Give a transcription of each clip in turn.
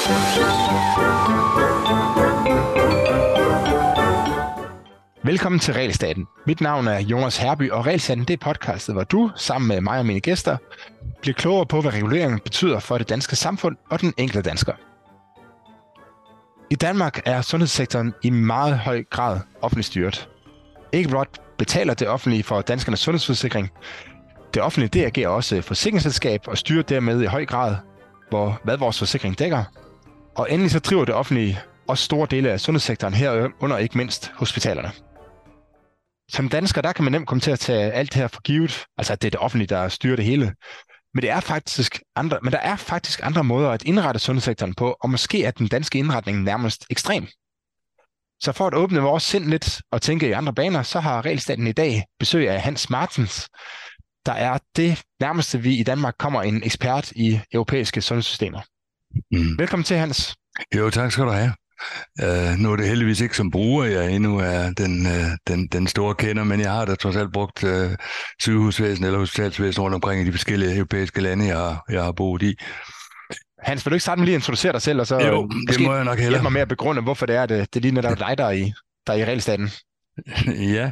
Velkommen til Regelstaten. Mit navn er Jonas Herby, og Regelstaten det er podcastet, hvor du, sammen med mig og mine gæster, bliver klogere på, hvad reguleringen betyder for det danske samfund og den enkelte dansker. I Danmark er sundhedssektoren i meget høj grad offentligt styret. Ikke blot betaler det offentlige for danskernes sundhedsforsikring. Det offentlige det agerer også forsikringsselskab og styrer dermed i høj grad, hvad vores forsikring dækker. Og endelig så driver det offentlige også store dele af sundhedssektoren herunder ikke mindst hospitalerne. Som dansker, der kan man nemt komme til at tage alt det her for givet, altså at det er det offentlige, der styrer det hele. Men der er faktisk andre måder at indrette sundhedssektoren på, og måske er den danske indretning nærmest ekstrem. Så for at åbne vores sind lidt og tænke i andre baner, så har Regelstaten i dag besøg af Hans Martens, der er det nærmeste, vi i Danmark kommer en ekspert i europæiske sundhedssystemer. Velkommen til, Hans. Jo, tak skal du have. Nu er det heldigvis ikke som bruger, jeg endnu er den store kender, men jeg har da trods alt brugt sygehusvæsen eller hospitalsvæsen rundt omkring i de forskellige europæiske lande, jeg har boet i. Hans, vil du ikke starte med lige at introducere dig selv, og så jo, det må jeg nok hellere. Hjælp mig med at begrunde, hvorfor det er det lige netop dig, der er i Regelstaten. Ja,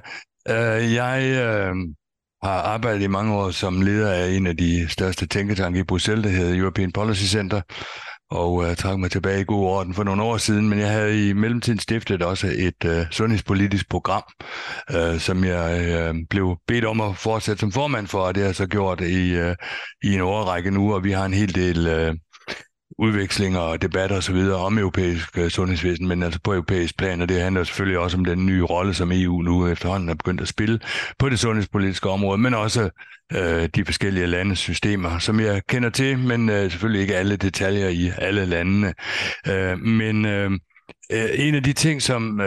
jeg har arbejdet i mange år som leder af en af de største tænketanke i Bruxelles, der hedder European Policy Center, og trak mig tilbage i god orden for nogle år siden, men jeg havde i mellemtiden stiftet også et sundhedspolitisk program, som jeg blev bedt om at fortsætte som formand for, og det har jeg så gjort i en årrække nu, og vi har en hel del udvekslinger og debatter og så videre om europæisk sundhedsvæsen, men altså på europæisk plan, og det handler selvfølgelig også om den nye rolle, som EU nu efterhånden er begyndt at spille på det sundhedspolitiske område, men også de forskellige landes systemer, som jeg kender til, men selvfølgelig ikke alle detaljer i alle landene. Men en af de ting,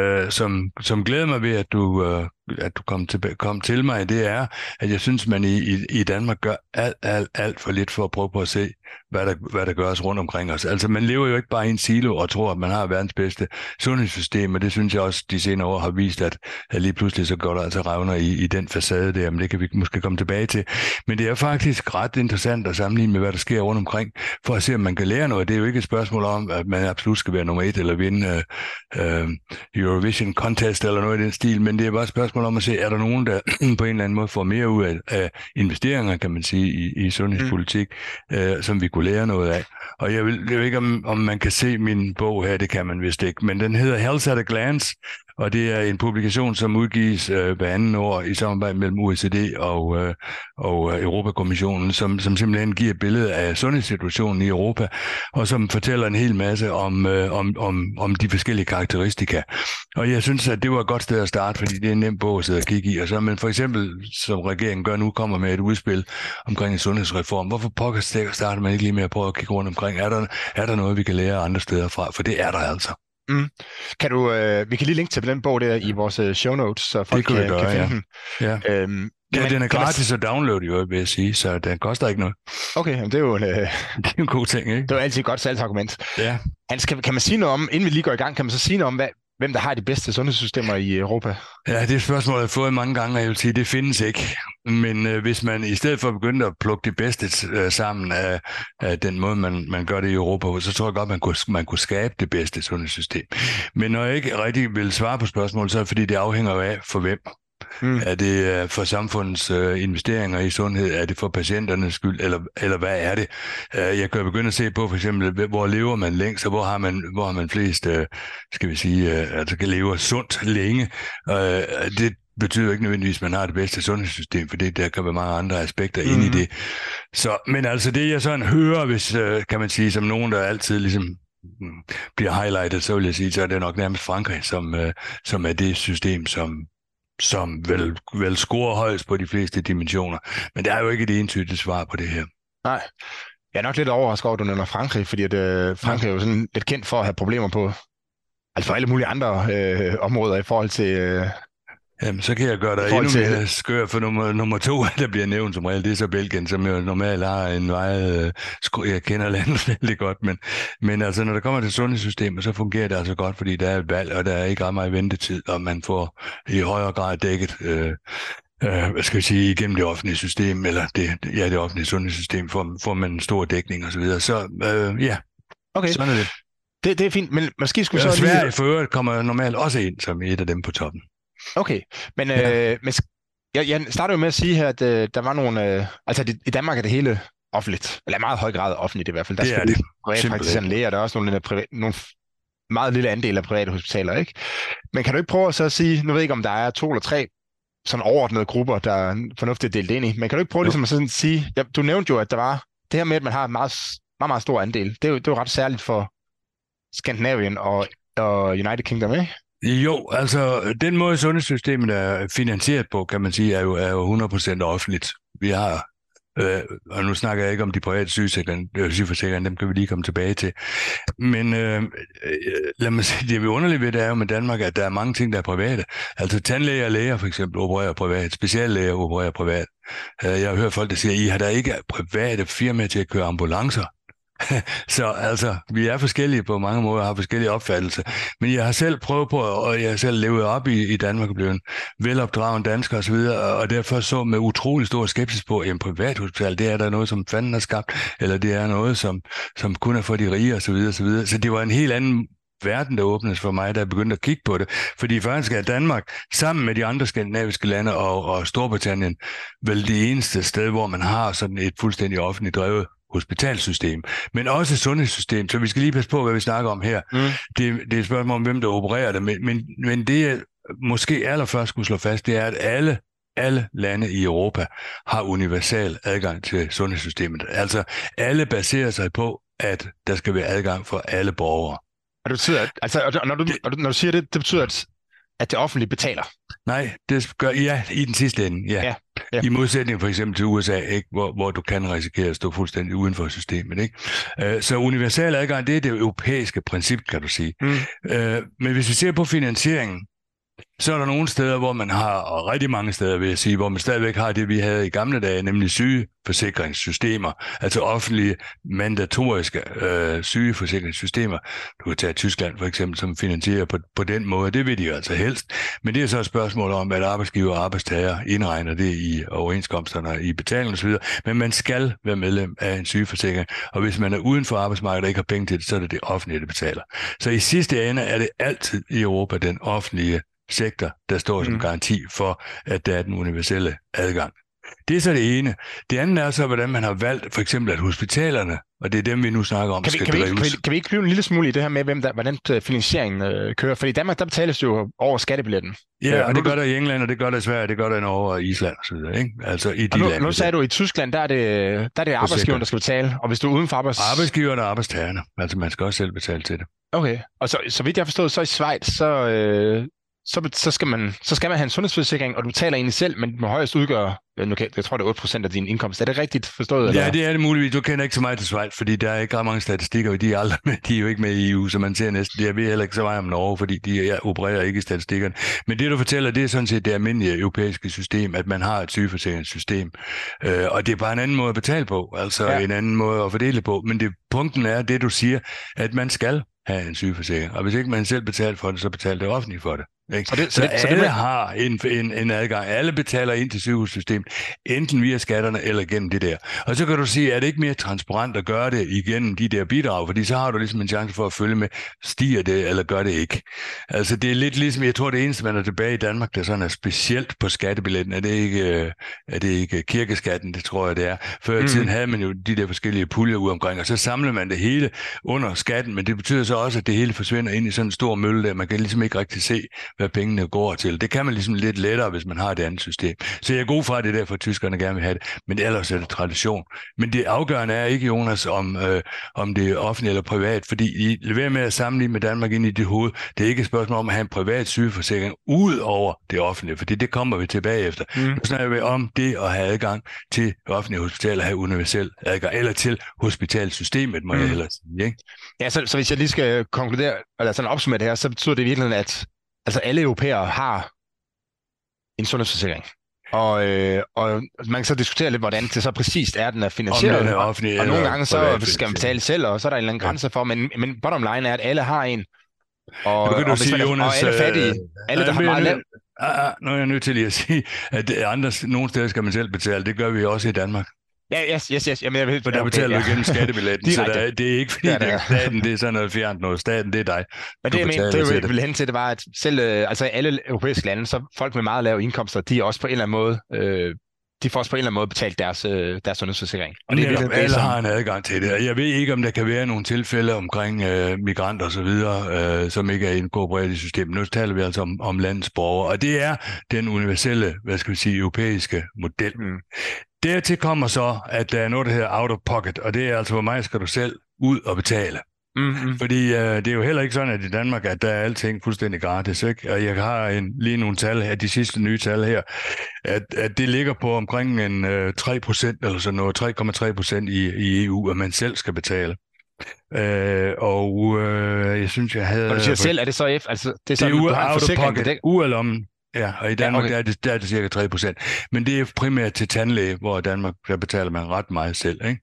som glæder mig ved, at du kom til mig, det er, at jeg synes, man i Danmark gør alt for lidt for at prøve på at se, hvad der gøres rundt omkring os. Altså, man lever jo ikke bare i en silo og tror, at man har verdens bedste sundhedssystem, og det synes jeg også, de senere år har vist, at lige pludselig så går der altså revner i den facade der, men det kan vi måske komme tilbage til. Men det er faktisk ret interessant at sammenligne med, hvad der sker rundt omkring, for at se, om man kan lære noget. Det er jo ikke et spørgsmål om, at man absolut skal være nummer 1 eller vinde Eurovision Contest eller noget i den stil, men det er bare et spørgsmål om at se, er der nogen, der på en eller anden måde får mere ud af investeringer, kan man sige, i sundhedspolitik, som vi kunne lære noget af. Og jeg ved ikke, om man kan se min bog her, det kan man vist ikke, men den hedder Health at a Glance, og det er en publikation, som udgives hver anden år i samarbejde mellem OECD og Europakommissionen, som simpelthen giver et billede af sundhedssituationen i Europa, og som fortæller en hel masse om de forskellige karakteristika. Og jeg synes, at det var et godt sted at starte, fordi det er en nem bog at sidde og kigge i. Og så, men for eksempel, som regeringen gør nu, kommer med et udspil omkring en sundhedsreform. Hvorfor pokker starter man ikke lige med at prøve at kigge rundt omkring? Er der noget, vi kan lære andre steder fra? For det er der altså. Vi kan lige linke til den bog der i vores show notes, så folk kan finde den. Ja. Den er gratis at downloade, jo, vil jeg sige, så den koster ikke noget. Okay, men det er jo det er en god ting, ikke? Det er altid et godt salgsargument. Ja. Hans, kan man sige noget om, inden vi lige går i gang, kan man så sige noget om, hvem der har de bedste sundhedssystemer i Europa? Ja, det er et spørgsmål, jeg har fået mange gange, og jeg vil sige, det findes ikke. Men hvis man i stedet for at begynde at plukke de bedste sammen af den måde, man gør det i Europa, så tror jeg godt, man kunne skabe det bedste sundhedssystem. Men når jeg ikke rigtig vil svare på spørgsmålet, så er det fordi, det afhænger af for hvem. Er det for samfundets investeringer i sundhed? Er det for patienternes skyld? Eller hvad er det? Jeg kan begynde at se på for eksempel, hvor lever man længst, og hvor har man flest, skal vi sige, altså kan leve sundt længe. Det betyder ikke nødvendigvis, at man har det bedste sundhedssystem, for der kan være mange andre aspekter inde i det. Så, men altså det, jeg sådan hører, hvis, kan man sige, som nogen, der altid ligesom bliver highlightet, så vil jeg sige, så er det nok nærmest Frankrig, som er det system, som vel scorer højst på de fleste dimensioner. Men der er jo ikke et entydigt svar på det her. Nej. Jeg er nok lidt overrasket over, at du nævner Frankrig, fordi Frankrig er jo sådan lidt kendt for at have problemer på alle mulige andre områder i forhold til Jamen, så kan jeg gøre dig endnu mere skør, for nummer 2, der bliver nævnt som regel, det er så Belgien, som jo normalt har en meget, jeg kender landet vældig godt, men altså, når der kommer til sundhedssystemet, så fungerer det altså godt, fordi der er et valg, og der er ikke ret meget ventetid, og man får i højere grad dækket, hvad skal jeg sige, igennem det offentlige system, eller det offentlige sundhedssystem, får man en stor dækning og så videre. Så ja, okay. Sådan er det. Det er fint, men måske skulle så Sverige lige... for øvrigt kommer normalt også ind som et af dem på toppen. Okay, men, jeg starter jo med at sige her, at der var nogle... altså i Danmark er det hele offentligt, eller i meget høj grad offentligt i hvert fald. Der er Det er det. selvfølgelig privatpraktiserende læger, der er også nogle meget lille andel af private hospitaler, ikke? Men kan du ikke prøve at så sige, nu ved jeg ikke, om der er 2 eller 3 sådan overordnede grupper, der er fornuftigt delt ind i, men kan du ikke prøve ligesom at sådan sige, ja, du nævnte jo, at der var det her med, at man har en meget, meget, meget stor andel. Det er jo ret særligt for Skandinavien og United Kingdom, ikke? Jo, altså den måde sundhedssystemet er finansieret på, kan man sige, er jo 100% offentligt. Vi har, og nu snakker jeg ikke om de private sygeforsikringer, dem kan vi lige komme tilbage til. Men lad mig sige, det vi underligt ved, det er jo med Danmark, at der er mange ting, der er private. Altså tandlæger og læger for eksempel opererer privat, speciallæger opererer privat. Jeg har hørt folk, der siger, I har der ikke private firmaer til at køre ambulancer. Så altså, vi er forskellige på mange måder, har forskellige opfattelser. Men jeg har selv prøvet på, og jeg har selv levet op i Danmark og blevet en velopdragen dansker osv., og derfor så med utrolig stor skepsis på, at en privathospital, det er der noget, som fanden har skabt, eller det er noget, som kun er for de rige osv. osv. Så det var en helt anden verden, der åbnes for mig, der begyndte at kigge på det. Fordi faktisk er Danmark, sammen med de andre skandinaviske lande og Storbritannien, vel det eneste sted, hvor man har sådan et fuldstændig offentligt drevet hospitalsystem, men også sundhedssystem. Så vi skal lige passe på, hvad vi snakker om her. Det er et spørgsmål om, hvem der opererer det, men det, jeg måske allerførst skulle slå fast, det er, at alle lande i Europa har universal adgang til sundhedssystemet. Altså, alle baserer sig på, at der skal være adgang for alle borgere. Og det betyder, altså, når du siger det, det betyder, at det offentlige betaler? Nej, det gør i den sidste ende, ja. Ja. I modsætning for eksempel til USA, ikke? Hvor du kan risikere at stå fuldstændig uden for systemet. Ikke? Så universal adgang, det er det europæiske princip, kan du sige. Men hvis vi ser på finansieringen, så er der nogle steder, hvor man har, og rigtig mange steder vil jeg sige, hvor man stadigvæk har det, vi havde i gamle dage, nemlig sygeforsikringssystemer, altså offentlige mandatoriske sygeforsikringssystemer. Du kan tage Tyskland for eksempel, som finansierer på den måde. Det vil de jo altså helst. Men det er så et spørgsmål om, at arbejdsgiver og arbejdstager indregner det i overenskomsterne, i betaling osv. Men man skal være medlem af en sygeforsikring, og hvis man er uden for arbejdsmarkedet og ikke har penge til det, så er det det offentlige, der betaler. Så i sidste ende er det altid i Europa den offentlige sektor, der står som garanti for, at der er den universelle adgang. Det er så det ene. Det andet er så, hvordan man har valgt for eksempel, at hospitalerne, og det er dem, vi nu snakker om, skal drives. Kan vi ikke blive en lille smule i det her med, hvordan finansieringen kører? For i Danmark, der betales jo over skattebilletten. Ja, og det gør der i England, og det gør der i Sverige, det gør der i Norge og Island osv. Altså i de lande. Nu sagde du, i Tyskland, der er det arbejdsgiveren, der skal betale, og hvis du er uden for arbejdsgiverne og arbejdstagerne. Altså man skal også selv betale til det. Okay, og så vidt jeg har forstået, så i Schweiz, så skal man have en sundhedsforsikring, og du betaler egentlig selv, men den må højst udgøre, jeg tror det er 8% af din indkomst. Er det rigtigt forstået? Eller? Ja, det er det muligvis. Du kender ikke så meget til Schweiz, fordi der er ikke ret mange statistikker, og de er jo ikke med i EU, så man ser næsten, jeg ved heller ikke så meget om Norge, fordi de opererer ikke i statistikkerne. Men det du fortæller, det er sådan set det almindelige europæiske system, at man har et sygeforsikringssystem, og det er bare en anden måde at betale på, altså en anden måde at fordele på, men punkten er det, du siger, at man skal have en sygeforsikring, og hvis ikke man selv betaler for det, så betaler det offentligt for det. Så alle har en adgang. Alle betaler ind til sygehussystemet, enten via skatterne eller gennem det der. Og så kan du sige, er det ikke mere transparent at gøre det igennem de der bidrag, fordi så har du ligesom en chance for at følge med, stiger det eller gør det ikke. Altså det er lidt ligesom, jeg tror det eneste, man er tilbage i Danmark, der sådan er specielt på skattebilletten, er det ikke kirkeskatten, det tror jeg det er. Før i tiden havde man jo de der forskellige puljer ud omkring, og så samler man det hele under skatten, men det betyder så også, at det hele forsvinder ind i sådan en stor mølle der. Man kan ligesom ikke rigtig se, hvad pengene går til. Det kan man ligesom lidt lettere, hvis man har et andet system. Så jeg er god fra det der, for tyskerne gerne vil have det, men ellers er det tradition. Men det afgørende er ikke, Jonas, om det er offentligt eller privat, fordi I leverer med at sammenligne med Danmark ind i dit hoved. Det er ikke et spørgsmål om at have en privat sygeforsikring ud over det offentlige, fordi det kommer vi tilbage efter. Nu snakker vi om det at have adgang til offentlige hospitaler, have universel adgang, eller til hospitalsystemet, må jeg hellere sige. Ikke? Ja, så hvis jeg lige skal konkludere, eller sådan opsummere det her, så betyder det i virkeligheden, at altså alle europæere har en sundhedsforsikring. Og man kan så diskutere lidt, hvordan det så præcist er, den er finansieret. Og nogle gange så skal man betale selv, og så er der en eller anden grænse for, men bottom line er, at alle har en. Og alle fattige, alle der har meget nu er jeg nødt til lige at sige, at nogle steder skal man selv betale. Det gør vi også i Danmark. Ja, yes. Jamen, jeg ved, For der betaler du igennem skattebilletten, så det er ikke fordi, det er staten, det er sådan noget fjernt noget. Staten, det er dig. Men det, jeg mener, det jeg ville hen til, det var, at selv altså i alle europæiske lande, så folk med meget lave indkomster, de er også på en eller anden måde, de får også på en eller anden måde betalt deres sundhedsforsikring. Og det er alle har en adgang til det. Jeg ved ikke, om der kan være nogle tilfælde omkring migranter og så videre, som ikke er inkorporeret i systemet. Nu taler vi altså om landets borgere, og det er den universelle, europæiske model. Dertil kommer så, at der er noget, der hedder out of pocket, og det er altså, hvor meget skal du selv ud og betale. Fordi det er jo heller ikke sådan, at i Danmark, at der er alting fuldstændig gratis, ikke? Og jeg har lige nogle tal her, de sidste nye tal her, at det ligger på omkring en 3% eller sådan noget, 3,3% i EU, at man selv skal betale. Jeg synes, jeg havde... Og du siger selv, er det så altså det er sådan, det er du har en forsikring, pocket, ud af lommen. Ja, og i Danmark der er det cirka 3%. Men det er primært til tandlæge, hvor i Danmark der betaler man ret meget selv, ikke?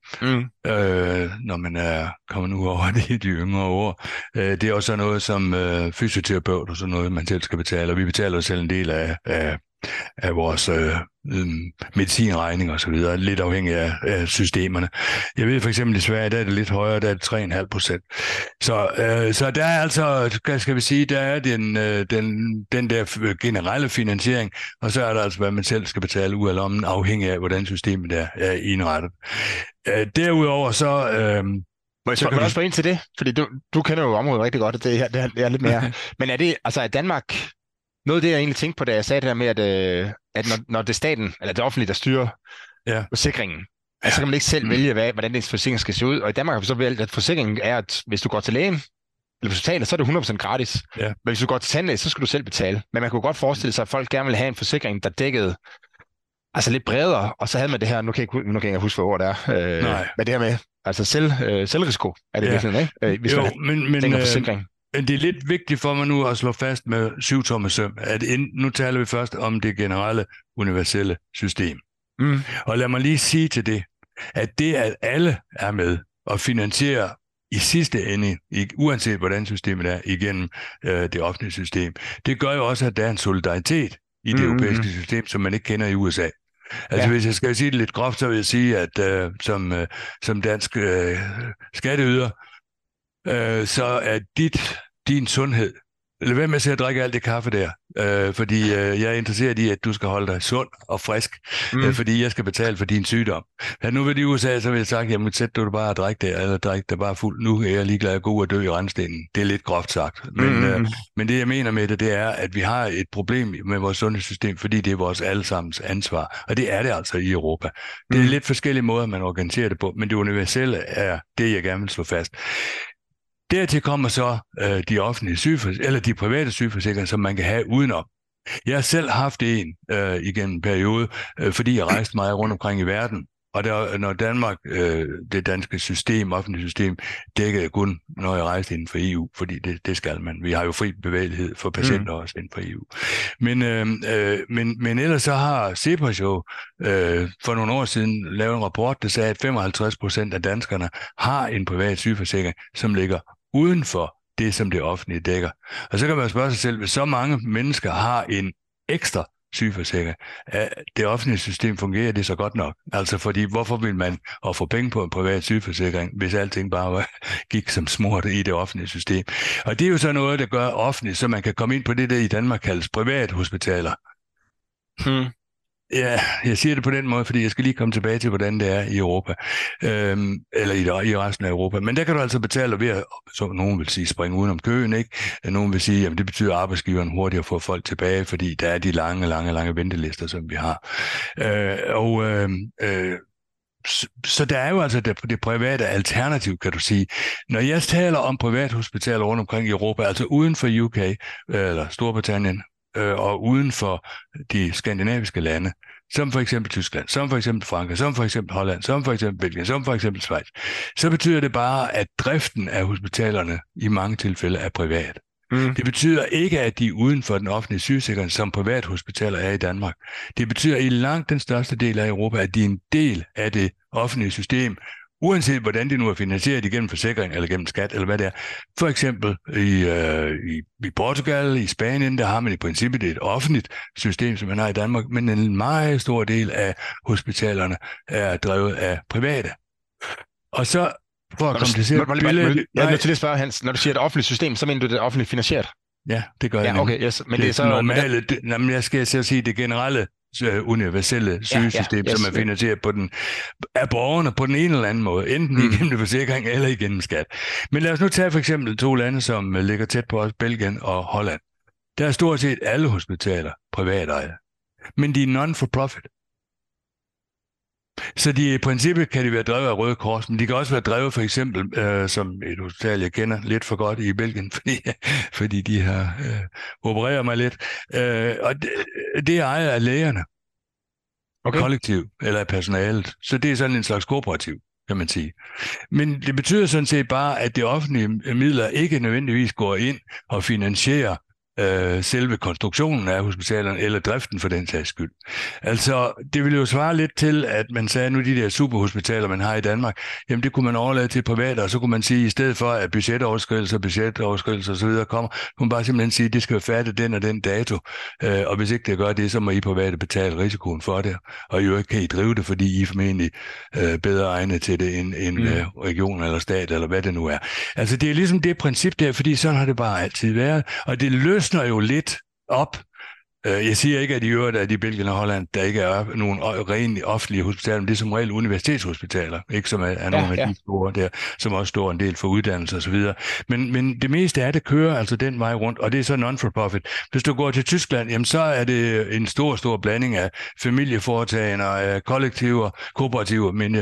Når man er kommet ud over de yngre år. Det er også noget som fysioterapeut og sådan noget, man selv skal betale. Og vi betaler selv en del af vores medicinregning og så videre, lidt afhængig af systemerne. Jeg ved for eksempel i Sverige, der er det lidt højere, der er det 3,5%. Så der er altså, skal vi sige, der er den der generelle finansiering, og så er der altså, hvad man selv skal betale ud af lommen, afhængig af, hvordan systemet er indrettet. Derudover så... Må jeg også spørge ind til det? Fordi du kender jo området rigtig godt, og det er lidt mere. Men er det, altså er Danmark... Noget af det, jeg egentlig tænkte på, da jeg sagde det her med, at når det er staten, eller det offentlige, der styrer forsikringen, så kan man ikke selv vælge, hvordan den forsikring skal se ud. Og i Danmark har vi så valgt, at forsikringen er, at hvis du går til lægen, eller hospitalet, så er det 100% gratis. Ja. Men hvis du går til tandlæge, så skal du selv betale. Men man kunne godt forestille sig, at folk gerne vil have en forsikring, der dækkede altså lidt bredere, og så havde man det her, nu kan jeg ikke huske, hvad ord det er, men det her med, altså selvrisiko, er det virkelig, ikke? Hvis man tænker forsikring. Men det er lidt vigtigt for mig nu at slå fast med 7-tommersøm, at nu taler vi først om det generelle universelle system. Og lad mig lige sige til det, at det, at alle er med og finansierer i sidste ende, uanset hvordan systemet er, igennem det offentlige system, det gør jo også, at der er en solidaritet i det europæiske system, som man ikke kender i USA. Altså hvis jeg skal sige det lidt groft, så vil jeg sige, at som dansk skatteyder, så er din sundhed. Lad være med at drikke alt det kaffe der, fordi jeg er interesseret i, at du skal holde dig sund og frisk, fordi jeg skal betale for din sygdom. Ja, nu ved de USA, så vil jeg sige, jamen sæt du bare at drikke det, eller drikke det bare fuld. Nu er jeg ligeglad at gå ud og dø i randstenen. Det er lidt groft sagt. Men det jeg mener med det er, at vi har et problem med vores sundhedssystem, fordi det er vores allesammens ansvar. Og det er det altså i Europa. Det er lidt forskellige måder, man organiserer det på, men det universelle er det, jeg gerne vil slå fast. Dertil kommer så de offentlige eller de private sygeforsikringer, som man kan have udenom. Jeg har selv haft en igennem en periode, fordi jeg rejste meget rundt omkring i verden. Og når Danmark, det danske system, offentlige system, dækkede kun, når jeg rejste inden for EU, fordi det skal man. Vi har jo fri bevægelighed for patienter også inden for EU. Men ellers så har CEPOS jo for nogle år siden lavet en rapport, der sagde, at 55% af danskerne har en privat sygeforsikring, som ligger uden for det, som det offentlige dækker. Og så kan man spørge sig selv, hvis så mange mennesker har en ekstra sygeforsikring, det offentlige system fungerer det så godt nok? Altså fordi, hvorfor vil man få penge på en privat sygeforsikring, hvis alting bare gik som smurt i det offentlige system? Og det er jo så noget, der gør offentligt, så man kan komme ind på det, der i Danmark kaldes privathospitaler. Ja, jeg siger det på den måde, fordi jeg skal lige komme tilbage til, hvordan det er i Europa, eller i resten af Europa. Men der kan du altså betale ved at, så nogen vil sige, springe udenom køen, ikke? Nogen vil sige, at det betyder, at arbejdsgiveren hurtigere får folk tilbage, fordi der er de lange ventelister, som vi har. Så der er jo altså det private alternativ, kan du sige. Når jeg taler om privathospitaler rundt omkring i Europa, altså uden for UK eller Storbritannien, og uden for de skandinaviske lande, som for eksempel Tyskland, som for eksempel Frankrig, som for eksempel Holland, som for eksempel Belgien, som for eksempel Schweiz, så betyder det bare, at driften af hospitalerne i mange tilfælde er privat. Det betyder ikke, at de er uden for den offentlige sygesikring, som privathospitaler er i Danmark. Det betyder i langt den største del af Europa, at de er en del af det offentlige system, uanset hvordan det nu er finansieret igennem forsikring eller gennem skat, eller hvad det er. For eksempel i Portugal, i Spanien, der har man i princippet et offentligt system, som man har i Danmark, men en meget stor del af hospitalerne er drevet af private. Og så, for at komplicere billedet... Jeg er nødt til at spørge, Hans, når du siger et offentligt system, så mener du det offentligt finansieret? Ja, det gør jeg. Ja, okay, yes. Men det er så... normale, jeg skal sige, det generelle universelle sygesystem, som er finansieret af borgerne på den ene eller anden måde, enten igennem forsikring eller igennem skat. Men lad os nu tage for eksempel 2 lande, som ligger tæt på os, Belgien og Holland. Der er stort set alle hospitaler privatejet, men de er non-for-profit. Så i princippet kan de være drevet af Røde Kors, men de kan også være drevet for eksempel, som et hospital, jeg kender lidt for godt i Belgien, fordi de har opereret mig lidt. Og det er ejet af lægerne, kollektiv eller af personalet. Så det er sådan en slags kooperativ, kan man sige. Men det betyder sådan set bare, at det offentlige midler ikke nødvendigvis går ind og finansierer selve konstruktionen af hospitalerne, eller driften for den sags skyld. Altså, det ville jo svare lidt til, at man sagde, nu de der superhospitaler, man har i Danmark, jamen det kunne man overlade til private, og så kunne man sige, i stedet for at budgetoverskridelser osv. kommer, kunne man bare simpelthen sige, at det skal være færdigt den og den dato, og hvis ikke det gør det, så må I private betale risikoen for det, og I jo ikke kan I drive det, fordi I er formentlig bedre egnet til det end region eller stat, eller hvad det nu er. Altså, det er ligesom det princip der, fordi sådan har det bare altid været, og det løsner jo lidt op. Jeg siger ikke, at i øvrigt at i Belgien og Holland, der ikke er nogen rene offentlige hospitaler, men det er som regel universitetshospitaler, ikke, som er nogle af de store der, som også står en del for uddannelse og så videre. Men det meste af det kører altså den vej rundt, og det er så non-for-profit. Hvis du går til Tyskland, jamen så er det en stor blanding af familieforetagender, af kollektiver, kooperativer,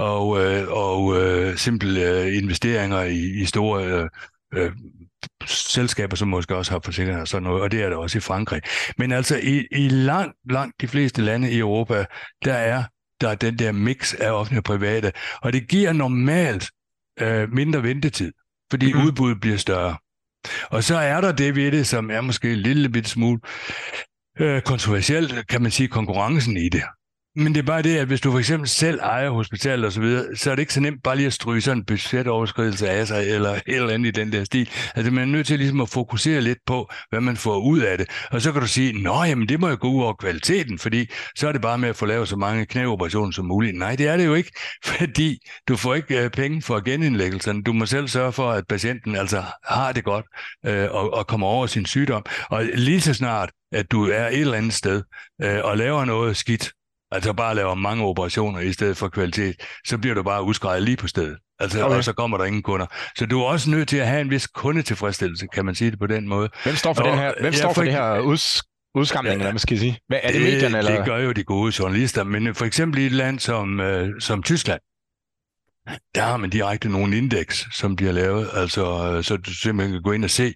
og simple investeringer i store selskaber, som måske også har forsikringer og sådan noget, og det er der også i Frankrig. Men altså i langt de fleste lande i Europa, der er den der mix af offentlige og private, og det giver normalt mindre ventetid, fordi udbuddet bliver større. Og så er der det ved det, som er måske en lille bit smule kontroversielt, kan man sige, konkurrencen i det. Men det er bare det, at hvis du for eksempel selv ejer hospitalet og så videre, så er det ikke så nemt bare lige at stryge sådan en budgetoverskridelse af sig, eller et eller andet i den der stil. Altså man er nødt til ligesom at fokusere lidt på, hvad man får ud af det. Og så kan du sige, jamen det må jo gå ud over kvaliteten, fordi så er det bare med at få lavet så mange knæoperationer som muligt. Nej, det er det jo ikke, fordi du får ikke penge for genindlæggelserne. Du må selv sørge for, at patienten altså har det godt og kommer over sin sygdom. Og lige så snart, at du er et eller andet sted og laver noget skidt, altså bare laver mange operationer i stedet for kvalitet, så bliver du bare udskrevet lige på stedet. Altså, og så kommer der ingen kunder. Så du er også nødt til at have en vis kundetilfredsstillelse, kan man sige det på den måde. Hvem står for det her udskamning, eller hvad skal jeg sige? Hvad, er det medierne? Eller? Det gør jo de gode journalister, men for eksempel i et land som Tyskland, der har man direkte nogle indeks, som bliver lavet, altså så du simpelthen kan gå ind og se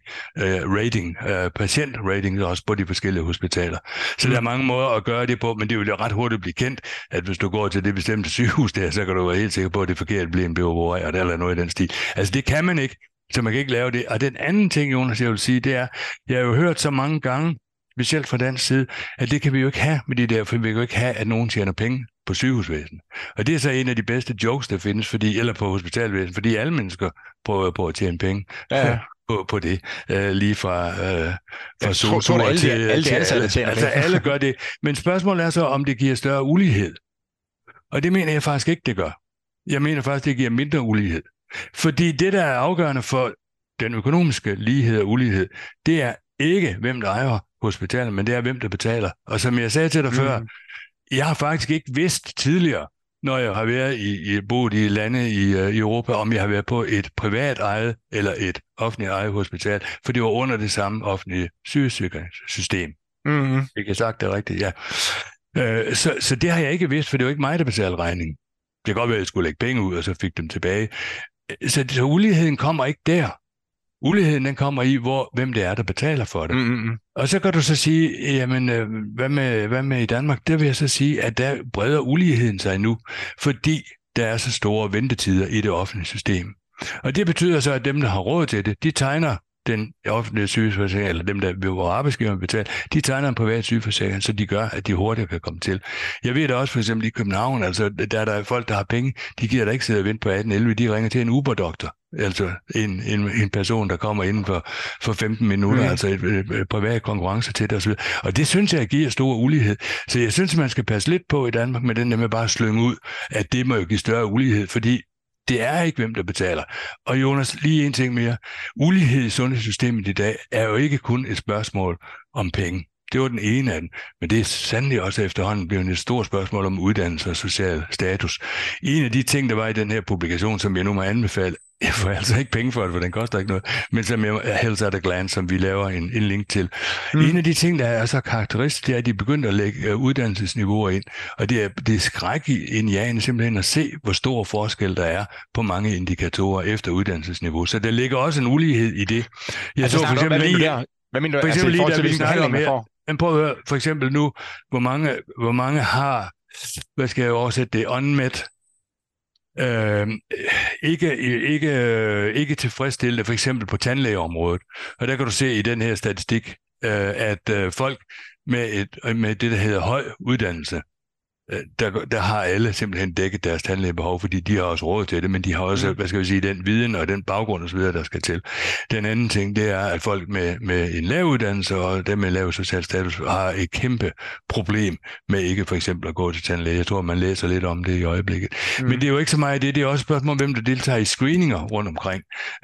patientrating også på de forskellige hospitaler. Så der er mange måder at gøre det på, men det vil jo ret hurtigt blive kendt, at hvis du går til det bestemte sygehus der, så kan du være helt sikker på, at det forkert bliver en opereret eller noget i den stil. Altså det kan man ikke, så man kan ikke lave det. Og den anden ting, Jonas, jeg vil sige, det er, jeg har jo hørt så mange gange, specielt fra dansk side, at det kan vi jo ikke have med de der, for vi kan jo ikke have, at nogen tjener penge på sygehusvæsenet. Og det er så en af de bedste jokes, der findes, eller på hospitalvæsenet, fordi alle mennesker prøver på at tjene penge på det, lige fra sosuer til alle. Altså alle gør det. Men spørgsmålet er så, om det giver større ulighed. Og det mener jeg faktisk ikke, det gør. Jeg mener faktisk, det giver mindre ulighed. Fordi det, der er afgørende for den økonomiske lighed og ulighed, det er ikke, hvem der ejer hospitalet, men det er, hvem der betaler. Og som jeg sagde til dig før, jeg har faktisk ikke vidst tidligere, når jeg har været boet i lande i Europa, om jeg har været på et privat ejet eller et offentligt ejet hospital, for det var under det samme offentlige sygesikringssystem. Jeg kan sagt det rigtigt, ja. Så det har jeg ikke vidst, for det var ikke mig, der betalte regningen. Det kan godt være, at jeg skulle lægge penge ud, og så fik dem tilbage. Så uligheden kommer ikke der. Uligheden den kommer i, hvem det er, der betaler for det. Og så kan du så sige, jamen, hvad med i Danmark? Der vil jeg så sige, at der breder uligheden sig nu, fordi der er så store ventetider i det offentlige system. Og det betyder så, at dem, der har råd til det, de tegner den offentlige sygeforsikring, eller dem, der vil hvor arbejdsgiveren betale, de tegner en privat sygeforsikring, så de gør, at de hurtigere kan komme til. Jeg ved da også for eksempel i København, altså der er folk, der har penge, de giver da ikke sidde og vente på 18-11, de ringer til en Uber-doktor. Altså en person, der kommer inden for 15 minutter, altså et privat konkurrence til det osv. Og det synes jeg giver stor ulighed. Så jeg synes, man skal passe lidt på i Danmark med den der med bare at slynge ud, at det må jo give større ulighed, fordi det er ikke, hvem der betaler. Og Jonas, lige en ting mere. Ulighed i sundhedssystemet i dag er jo ikke kun et spørgsmål om penge. Det var den ene af dem, men det er sandelig også efterhånden blevet et stort spørgsmål om uddannelse og social status. En af de ting, der var i den her publikation, som jeg nu må anbefale, jeg får altså ikke penge for det, for den koster ikke noget, men som jeg Health at a Glance, som vi laver en link til. En af de ting, der er så karakteristisk, det er, at de begynder at lægge uddannelsesniveauer ind, og det er skrækindjagende simpelthen at se, hvor stor forskel der er på mange indikatorer efter uddannelsesniveau. Så der ligger også en ulighed i det. Jeg så for eksempel lige... Hvad mener du, altså i forhold til, hvilken behandling man får? Men prøv at høre, for eksempel nu, hvor mange har, hvad skal jeg oversætte det, unmet, ikke tilfredsstillende, for eksempel på tandlægeområdet. Og der kan du se i den her statistik, at folk med det, der hedder høj uddannelse, der har alle simpelthen dækket deres tandlægebehov, fordi de har også råd til det, men de har også, hvad skal vi sige, den viden og den baggrund og så videre, der skal til. Den anden ting, det er, at folk med en lav uddannelse og dem med lav social status har et kæmpe problem med ikke for eksempel at gå til tandlæge. Jeg tror, man læser lidt om det i øjeblikket. Men det er jo ikke så meget det. Det er også et spørgsmål om, hvem der deltager i screeninger rundt omkring,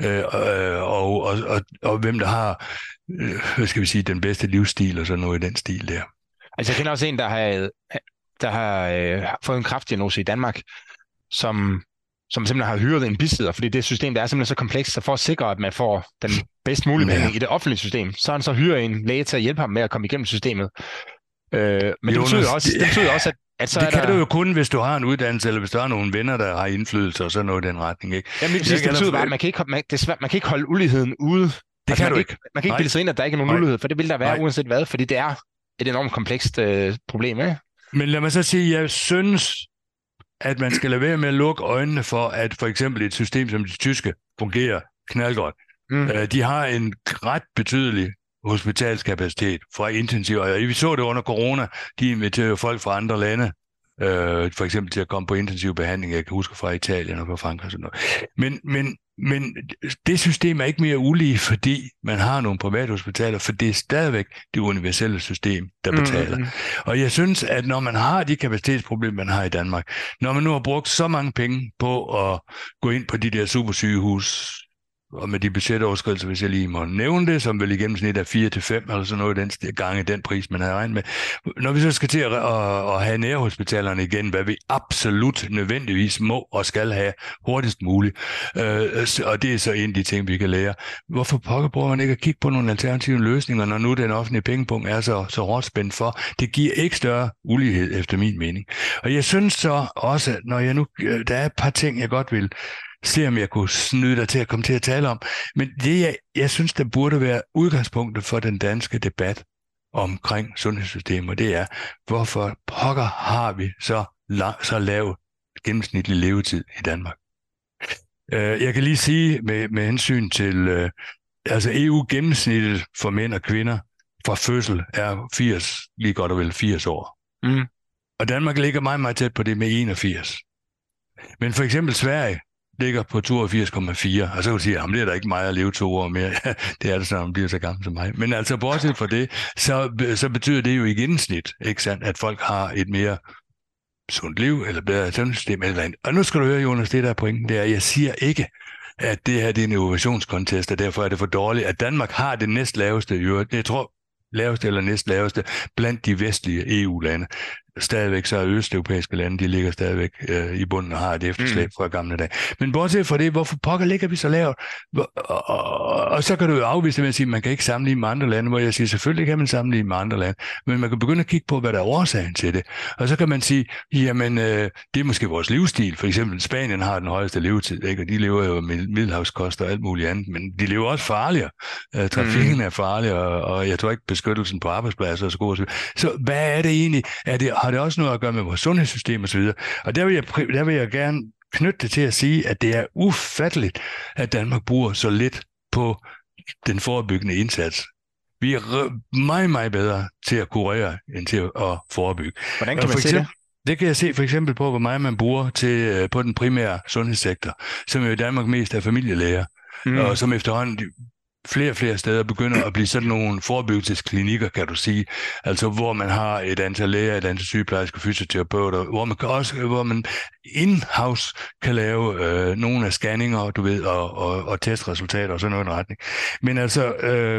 og hvem der har, hvad skal vi sige, den bedste livsstil og sådan noget i den stil der. Altså jeg kender også en, der har fået en kræftdiagnose i Danmark, som simpelthen har hyret en bisidder, fordi det system, der er simpelthen så komplekst, så for at sikre, at man får den bedst mulige behandling i det offentlige system, så har han så hyret en læge til at hjælpe ham med at komme igennem systemet. Men Jonas, det betyder også, at så det kan du jo kun, hvis du har en uddannelse, eller hvis du har nogle venner, der har indflydelse og sådan noget i den retning, ikke? Jamen, det betyder bare, at man kan ikke holde uligheden ude. Det kan du ikke. Man kan ikke bilde sig ind, at der ikke er nogen ulighed, for det vil der være uanset hvad, fordi det er et enormt komplekst problem, ikke? Men lad mig så sige, jeg synes, at man skal lade være med at lukke øjnene for, at for eksempel et system som det tyske fungerer knaldgodt. De har en ret betydelig hospitalskapacitet fra intensiv, og vi så det under corona, de inviterede folk fra andre lande, for eksempel til at komme på intensiv behandling, jeg kan huske fra Italien og fra Frankrig og sådan noget. Men det system er ikke mere ulige, fordi man har nogle private hospitaler, for det er stadigvæk det universelle system, der betaler. Og jeg synes, at når man har de kapacitetsproblemer, man har i Danmark, når man nu har brugt så mange penge på at gå ind på de der supersygehus, og med de budgetoverskridelser, hvis jeg lige må nævne det, som vel i gennemsnit er 4-5, eller sådan noget den gange den pris, man har regnet med. Når vi så skal til at have nærhospitalerne igen, hvad vi absolut nødvendigvis må og skal have hurtigst muligt, og det er så en af de ting, vi kan lære. Hvorfor pokker bruger man ikke at kigge på nogle alternative løsninger, når nu den offentlige pengepunkt er så hårdt spændt for? Det giver ikke større ulighed, efter min mening. Og jeg synes så også, når jeg nu, der er et par ting, jeg godt vil se, om jeg kunne snyde dig til at komme til at tale om. Men det, jeg synes, der burde være udgangspunktet for den danske debat omkring sundhedssystemer, det er, hvorfor pokker har vi så lav gennemsnitlig levetid i Danmark? Jeg kan lige sige med hensyn til, altså EU-gennemsnittet for mænd og kvinder fra fødsel er 80, lige godt og vel 80 år. Og Danmark ligger meget, meget tæt på det med 81. Men for eksempel Sverige ligger på 82,4, og så kan du sige, at det er der ikke meget at leve 2 år mere. Det er det så, når man bliver så gammel som mig. Men altså, bortset fra det, så betyder det jo i gennemsnit, ikke sandt, at folk har et mere sundt liv, eller bedre sundhedssystem, eller andet. Og nu skal du høre, Jonas, det der er pointen, det er, jeg siger ikke, at det her det er en innovationskontest, og derfor er det for dårligt, at Danmark har det næstlaveste, jeg tror, laveste eller næstlaveste blandt de vestlige EU-lande. Stadigvæk så er østeuropæiske lande, de ligger stadigvæk i bunden og har et efterslæb fra gamle dage. Men bortset fra det, hvorfor pokker ligger vi så lavt? Og så kan du jo afvise med at sige, at man kan ikke sammenligne med andre lande, hvor jeg siger, selvfølgelig kan man sammenligne med andre lande, men man kan begynde at kigge på, hvad der er årsagen til det. Og så kan man sige, jamen, det er måske vores livsstil. For eksempel Spanien har den højeste levetid, ikke? Og de lever jo med middelhavskost og alt muligt andet, men de lever også farligere. Trafikken er farligere, og jeg tror ikke beskyttelsen på arbejdspladser er så god. Så hvad er det egentlig? Har det også noget at gøre med vores sundhedssystem og så videre? Og der vil jeg gerne knytte det til at sige, at det er ufatteligt, at Danmark bruger så lidt på den forebyggende indsats. Vi er meget, meget bedre til at kurere, end til at forebygge. Hvordan kan man se det? Det kan jeg se for eksempel på, hvor meget man bruger til, på den primære sundhedssektor, som jo i Danmark mest er familielæger, og som efterhånden flere og flere steder begynder at blive sådan nogle forebyggelsesklinikker, kan du sige, altså hvor man har et antal læger, et antal sygeplejersker, fysioterapeuter, hvor man in-house kan lave nogle af scanninger, du ved, og testresultater og sådan noget i retning. Men altså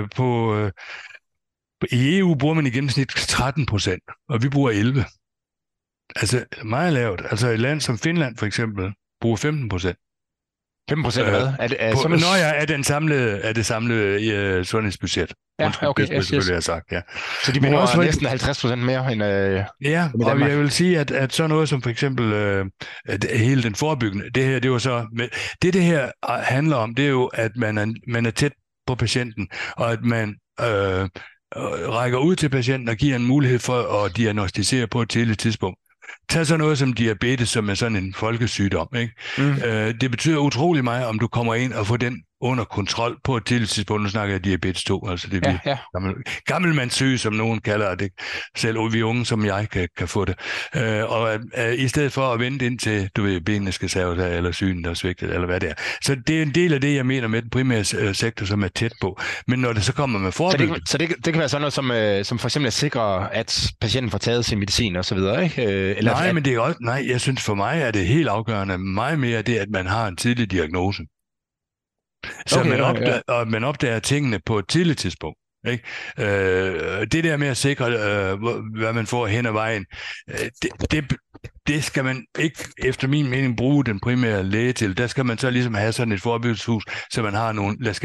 i EU bruger man i gennemsnit 13%, og vi bruger 11%. Altså meget lavt. Altså et land som Finland for eksempel bruger 15%. 5% af hvad? Er det samlede sundhedsbudget. Ja, okay. Yes. Jeg sagt, ja. Så de bruger også næsten 50% mere end ja, og jeg vil sige, at sådan noget som for eksempel hele den forebyggende, det var så... Det her handler om, det er jo, at man er tæt på patienten, og at man rækker ud til patienten og giver en mulighed for at diagnostisere på et tidligt tidspunkt. Tag så noget som diabetes, som er sådan en folkesygdom. Ikke? Det betyder utrolig meget, om du kommer ind og får den under kontrol på et tidligt tidspunkt. Nu snakker jeg diabetes 2, altså det er gammelmandssyge, som nogen kalder det. Selv vi unge, som jeg, kan få det. Og i stedet for at vente ind til, du ved, benene skal saves af, eller sygen der er svigtet, eller hvad det er. Så det er en del af det, jeg mener med den primære sektor, som er tæt på. Men når det så kommer med forebyggelse... Så det kan være sådan noget, som for eksempel at sikre, at patienten får taget sin medicin og så videre, ikke? Eller men det er også... Nej, jeg synes for mig, er det helt afgørende meget mere det, at man har en tidlig diagnose. Så man opdager tingene på et tidligt tidspunkt. Ikke? Det der med at sikre, hvad man får hen ad vejen, det skal man ikke, efter min mening, bruge den primære læge til. Der skal man så ligesom have sådan et forebyggelseshus, så man har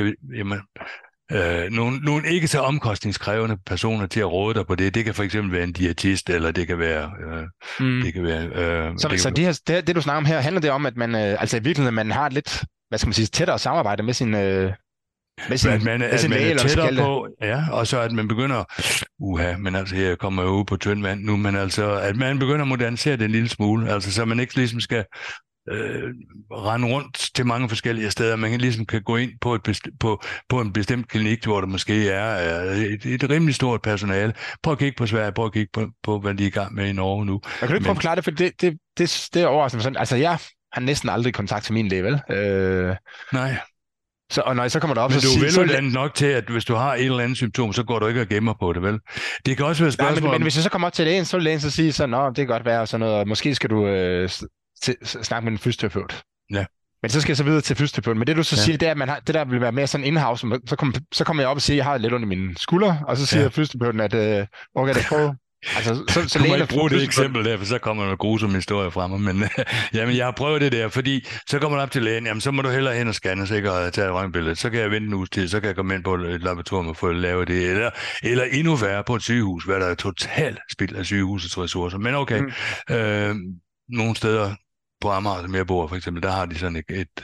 nogle ikke så omkostningskrævende personer til at råde dig på det. Det kan for eksempel være en diætist, eller det kan være... Så det du snakker om her, handler det om, at man, altså i virkeligheden, man har et lidt, hvad skal man sige, tættere samarbejde med sin læge, eller tættere på, ja, og så at man begynder, men altså her kommer jeg ud på tynd vand nu, men altså, at man begynder at modernisere det en lille smule, altså så man ikke ligesom skal rende rundt til mange forskellige steder. Man ligesom kan gå ind på en bestemt klinik, hvor der måske er et rimelig stort personale. Prøv at kigge på Sverige, prøv at kigge på hvad de er i gang med i Norge nu. Jeg kan ikke prøve at forklare det, for det er overraskende sådan. Altså jeg har næsten aldrig kontakt til min læge, vel? Nej. Og når jeg så kommer derop, men du er veluddannet nok til, at hvis du har et eller andet symptom, så går du ikke og gemmer på det, vel? Det kan også være spørgsmål... men hvis jeg så kommer op til lægen, så vil lægen så sige sådan, det kan godt være sådan noget, og måske skal du snakke med en fysioterapeut. Ja. Men så skal jeg så videre til fysioterapeuten. Men det du så siger, det er, at man har, det der vil være mere sådan in-house. Så kommer jeg op og siger, at jeg har lidt under mine skuldre, og så siger fysioterapeuten, at okay, det prøve. Altså, så lægen ikke bruge det eksempel der, for så kommer der en grusom historie frem. Men jamen, jeg har prøvet det der, fordi så kommer man op til lægen, jamen så må du hellere hen og scanne, så ikke tage et røntgenbillede. Så kan jeg vente en uges tid, så kan jeg komme ind på et laboratorium og få lavet det. Eller endnu værre på et sygehus, hvad der er totalt spild af sygehusets ressourcer. Men okay, nogle steder på Amager, som jeg bor for eksempel, der har de sådan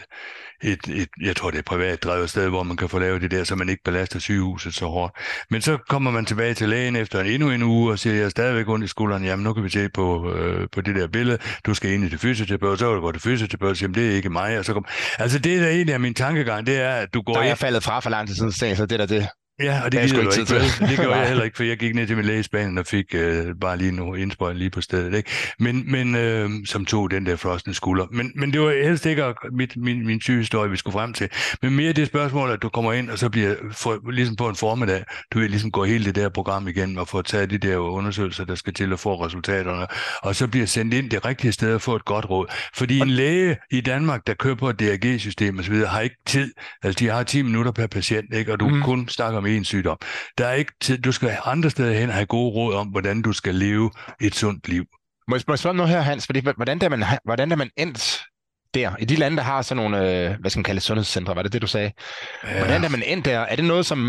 et jeg tror det er privat drevet sted, hvor man kan få lavet det der, så man ikke belaster sygehuset så hårdt. Men så kommer man tilbage til lægen efter endnu en uge, og siger, jeg er stadigvæk ondt i skulderen, jamen nu kan vi se på det der billede, du skal ind i det fysioterapeut, så kan du gå til fysioterapeut, jamen det er ikke mig, og så altså det der egentlig er min tankegang, det er, at du går der er jeg faldet fra for lang tid siden, så det der det. Ja, og det gider du ikke. Det gjorde jeg heller ikke, for jeg gik ned til min læge i Spanien og fik bare lige nogle indsprøjt lige på stedet. Ikke? Men som tog den der frosne skulder. Men det var helst ikke min sygehistorie, vi skulle frem til. Men mere det spørgsmål, at du kommer ind, og så bliver ligesom på en formiddag, du vil ligesom gå hele det der program igen og få taget de der undersøgelser, der skal til at få resultaterne, og så bliver sendt ind det rigtige sted og få et godt råd. Fordi en læge i Danmark, der kører på et DRG-system osv., har ikke tid. Altså de har 10 minutter per patient, ikke? Og du kun snakker om en sygdom. Der er ikke tid. Du skal andre steder hen have gode råd om, hvordan du skal leve et sundt liv. Må jeg spørge noget her, Hans? Fordi, hvordan er man endt der? I de lande, der har sådan nogle, hvad skal man kalde sundhedscentre, var det du sagde? Ja. Hvordan er man endt der? Er det noget, som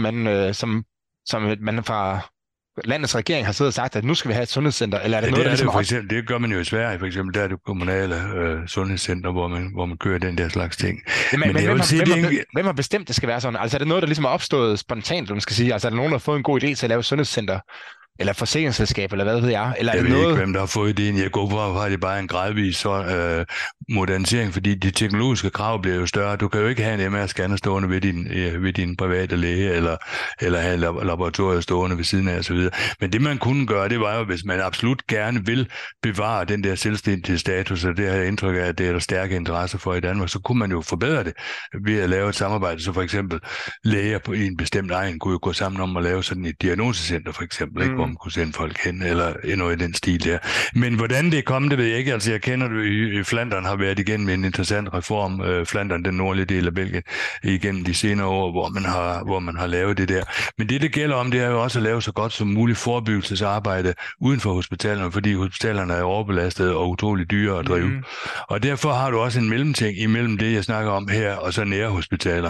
man fra landets regering har siddet og sagt, at nu skal vi have et sundhedscenter, eller er det noget, der ligesom for eksempel, det gør man jo i Sverige, for eksempel, der er det kommunale sundhedscenter, hvor man kører den der slags ting. Hvem har bestemt, det skal være sådan? Altså er det noget, der ligesom er opstået spontant, man skal sige? Altså er der nogen, der har fået en god idé til at lave et sundhedscenter eller et forsikringsselskab, eller hvad ved jeg? Eller er Jeg det ved ikke, noget... hvem der har fået idéen. Jeg går fra, at det bare er en gradvis modernisering, fordi de teknologiske krav bliver jo større. Du kan jo ikke have en MR-scanner stående ved din private læge, eller have laboratoriet stående ved siden af osv. Men det, man kunne gøre, det var jo, hvis man absolut gerne vil bevare den der selvstændige status, og det har jeg indtryk af, at det er der stærke interesse for i Danmark, så kunne man jo forbedre det ved at lave et samarbejde. Så for eksempel læger i en bestemt egen kunne jo gå sammen om at lave sådan et diagnosecenter, for eksempel, ikke, hvor man kunne sende folk hen, eller noget i den stil der. Men hvordan det er kommet, det ved jeg ikke. Altså, jeg kender det i Flandern, har været igennem en interessant reform, Flandern, den nordlige del af Belgien, igennem de senere år, hvor man har lavet det der. Men det gælder om, det er jo også at lave så godt som muligt forebyggelsesarbejde uden for hospitalerne, fordi hospitalerne er overbelastet og utroligt dyre at drive. Og derfor har du også en mellemting imellem det, jeg snakker om her, og så nære hospitaler.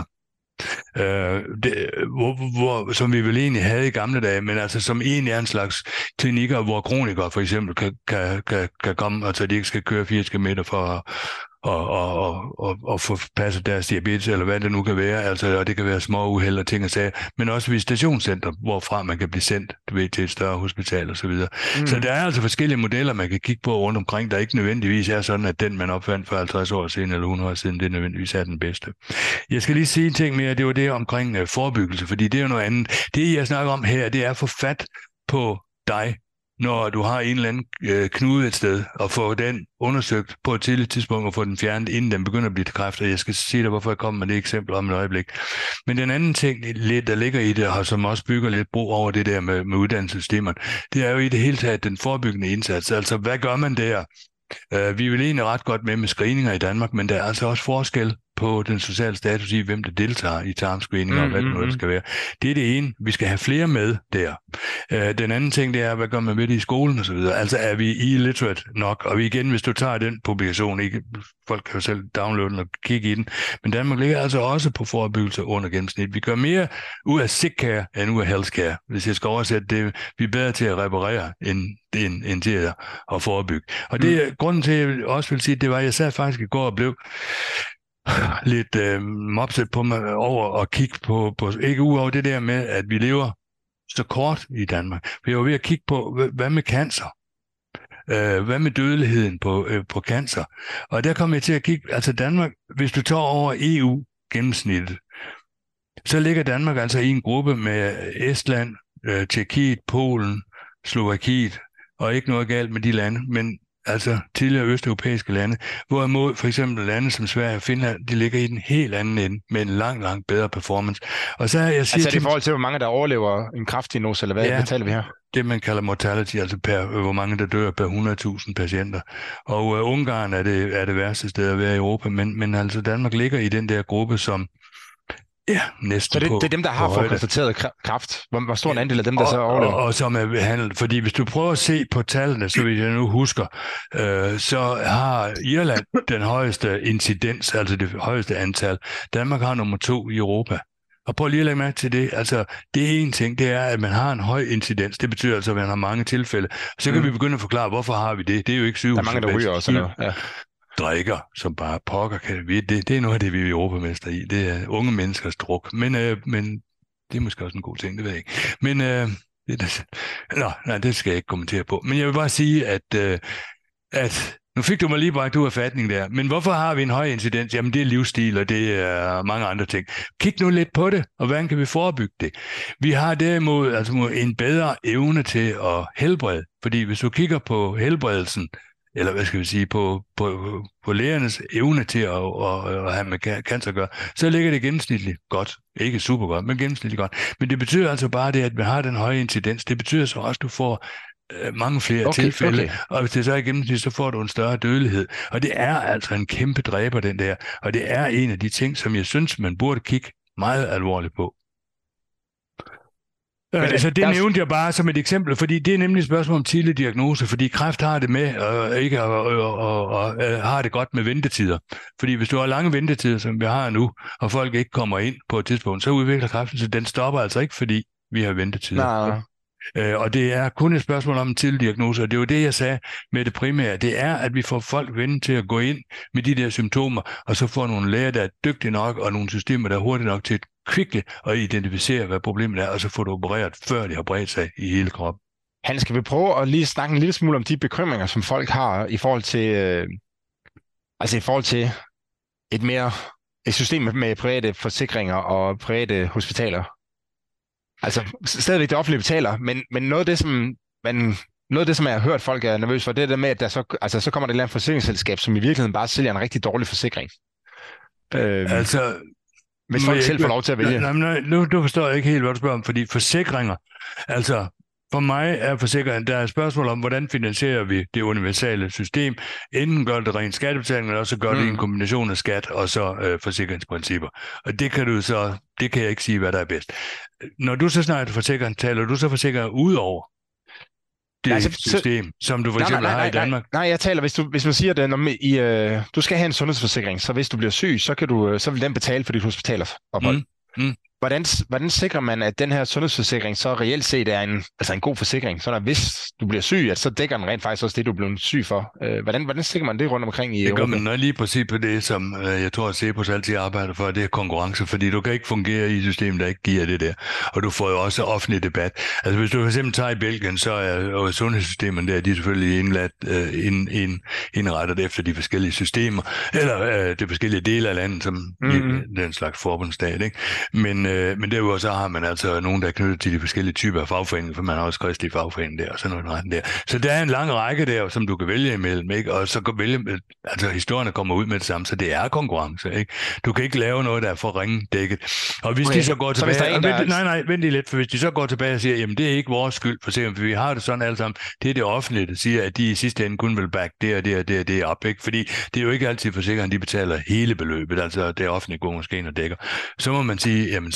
Som vi vel egentlig havde i gamle dage, men altså som egentlig er en slags klinikker, hvor kronikere for eksempel kan komme, altså de ikke skal køre 80 km for og få passet deres diabetes, eller hvad det nu kan være, altså, og det kan være små uheld og ting og sager, men også visitationscenter, hvorfra man kan blive sendt til et større hospital og så videre. Så der er altså forskellige modeller, man kan kigge på rundt omkring, der ikke nødvendigvis er sådan, at den, man opfandt for 50 år siden eller 100 år siden, det nødvendigvis er den bedste. Jeg skal lige sige en ting mere, det var det omkring forebyggelse, fordi det er jo noget andet. Det, jeg snakker om her, det er at få fat på dig, når du har en eller anden knude et sted, og få den undersøgt på et tidligt tidspunkt, og få den fjernet, inden den begynder at blive til kræft. Og jeg skal sige dig, hvorfor jeg kommer med det eksempel om et øjeblik. Men den anden ting, der ligger i det, og som også bygger lidt bro over det der med uddannelsessystemerne, det er jo i det hele taget den forebyggende indsats. Altså, hvad gør man der? Vi er vel egentlig ret godt med screeninger i Danmark, men der er altså også forskel på den sociale status i, hvem der deltager i tarmscreening og hvad det nu skal være. Det er det ene. Vi skal have flere med der. Den anden ting, det er, hvad gør man med det i skolen og så videre. Altså er vi illiterate nok? Og vi igen, hvis du tager den publikation, ikke, folk kan jo selv downloade den og kigge i den, men Danmark ligger altså også på forebyggelse under gennemsnit. Vi gør mere ud af sick care end ud af healthcare. Hvis jeg skal oversætte det, vi er bedre til at reparere end til at forebygge. Og det er grunden til, at jeg også vil sige, det var, at jeg sad faktisk i går og blev lidt mopset på mig over at kigge på ikke ud over det der med, at vi lever så kort i Danmark. Vi er jo ved at kigge på, hvad med cancer? Hvad med dødeligheden på cancer? Og der kommer jeg til at kigge, altså Danmark, hvis du tager over EU-gennemsnittet, så ligger Danmark altså i en gruppe med Estland, Tjekkiet, Polen, Slovakiet, og ikke noget galt med de lande, men altså tidligere østeuropæiske lande, hvorimod for eksempel lande som Sverige og Finland, de ligger i den helt anden ende, med en langt bedre performance. Og så jeg siger, altså er det i forhold til, hvor mange der overlever en kræftdiagnose, eller hvad taler vi her? Det man kalder mortality, altså hvor mange der dør per 100.000 patienter. Og Ungarn er det værste sted at være i Europa, men altså Danmark ligger i den der gruppe, som næsten så det er dem, der har fået konstateret kræft. Hvor stor en andel af dem, der så overlever? Og som er behandlet. Fordi hvis du prøver at se på tallene, så vil jeg nu husker, så har Irland den højeste incidens, altså det højeste antal. Danmark har nummer 2 i Europa. Og prøv lige at lægge mærke til det. Altså, det er en ting, det er, at man har en høj incidens. Det betyder altså, at man har mange tilfælde. Så kan vi begynde at forklare, hvorfor har vi det. Det er jo ikke sygehus. Der er mange, der ryger også noget. Ja. Drikker, som bare pokker kan det er noget af det, vi er europamester i. Det er unge menneskers druk. Men det er måske også en god ting, det ved jeg ikke. Men det skal jeg ikke kommentere på. Men jeg vil bare sige, at nu fik du mig lige bragt ud af fatning der. Men hvorfor har vi en høj incidens? Jamen det er livsstil, og det er mange andre ting. Kig nu lidt på det, og hvordan kan vi forebygge det? Vi har derimod altså en bedre evne til at helbrede. Fordi hvis du kigger på helbredelsen, eller hvad skal vi sige, på lægernes evne til at have med cancer at gøre, så ligger det gennemsnitligt godt. Ikke super godt, men gennemsnitligt godt. Men det betyder altså bare det, at man har den høje incidens. Det betyder så også, at du får mange flere tilfælde, og hvis det så er i gennemsnit, så får du en større dødelighed. Og det er altså en kæmpe dræber, den der. Og det er en af de ting, som jeg synes, man burde kigge meget alvorligt på. Altså det nævnte jeg bare som et eksempel, fordi det er nemlig et spørgsmål om tidlig diagnose, fordi kræft har det med og har det godt med ventetider. Fordi hvis du har lange ventetider, som vi har nu, og folk ikke kommer ind på et tidspunkt, så udvikler kræften, så den stopper altså ikke, fordi vi har ventetider. Nej. Og det er kun et spørgsmål om en tidlig diagnose, og det er jo det, jeg sagde med det primære. Det er, at vi får folk vendt til at gå ind med de der symptomer, og så får nogle læger, der er dygtige nok, og nogle systemer, der er hurtige nok til at kvickle og identificere, hvad problemet er, og så får du opereret, før det har bredt sig i hele kroppen. Han skal vi prøve at lige snakke en lille smule om de bekymringer, som folk har i forhold til, altså i forhold til et system med private forsikringer og private hospitaler. Altså stadigvæk det offentlige betaler, men noget af det, som jeg har hørt, folk er nervøse for, det er det med, at så kommer der et eller andet forsikringsselskab, som i virkeligheden bare sælger en rigtig dårlig forsikring. Altså, hvis folk selv får lov til at vælge. Nu forstår jeg ikke helt, hvad du spørger om, fordi forsikringer, altså for mig er forsikringen, der er et spørgsmål om, hvordan finansierer vi det universale system. Enten gør det rent skattebetaling, eller også gør det en kombination af skat og så forsikringsprincipper. Og det kan jeg ikke sige, hvad der er bedst. Når du så snakker forsikring, taler du så forsikringer ud over det system, som du for eksempel har i Danmark? Nej, jeg taler, hvis man siger det, når du skal have en sundhedsforsikring, så hvis du bliver syg, så vil den betale for dit hospitalophold. Hvordan sikrer man, at den her sundhedsforsikring så reelt set er en god forsikring, så hvis du bliver syg, så dækker den rent faktisk også det, du er blevet syg for? Hvordan sikrer man det rundt omkring i Europa? Det gør man lige præcis på det, som jeg tror, at Cepos altid arbejder for, det er konkurrence, fordi du kan ikke fungere i et system, der ikke giver det der. Og du får jo også offentlig debat. Altså hvis du for eksempel tager i Belgien, så er sundhedssystemerne der, de er selvfølgelig indrettet efter de forskellige systemer, eller de forskellige dele af landet, som den slags forbundsstat, ikke? Men derudover så har man altså nogen, der er knyttet til de forskellige typer af fagforeninger, for man har også kristelig fagforening der, og sådan noget der. Så der er en lang række der, som du kan vælge imellem, ikke? Og så kan vælge, altså historierne kommer ud med det samme, så det er konkurrence, ikke? Du kan ikke lave noget, der er for ringdækket. Og hvis de så går tilbage, vent lige lidt, for hvis de så går tilbage og siger, jamen det er ikke vores skyld, for vi har det sådan alle sammen, det er det offentlige, der siger, at de i sidste ende kun vil back det op, ikke? Fordi det er jo ikke altid forsikringen, de betaler hele beløbet, altså det offentlige går måske ind og dækker. Så må man sige, jamen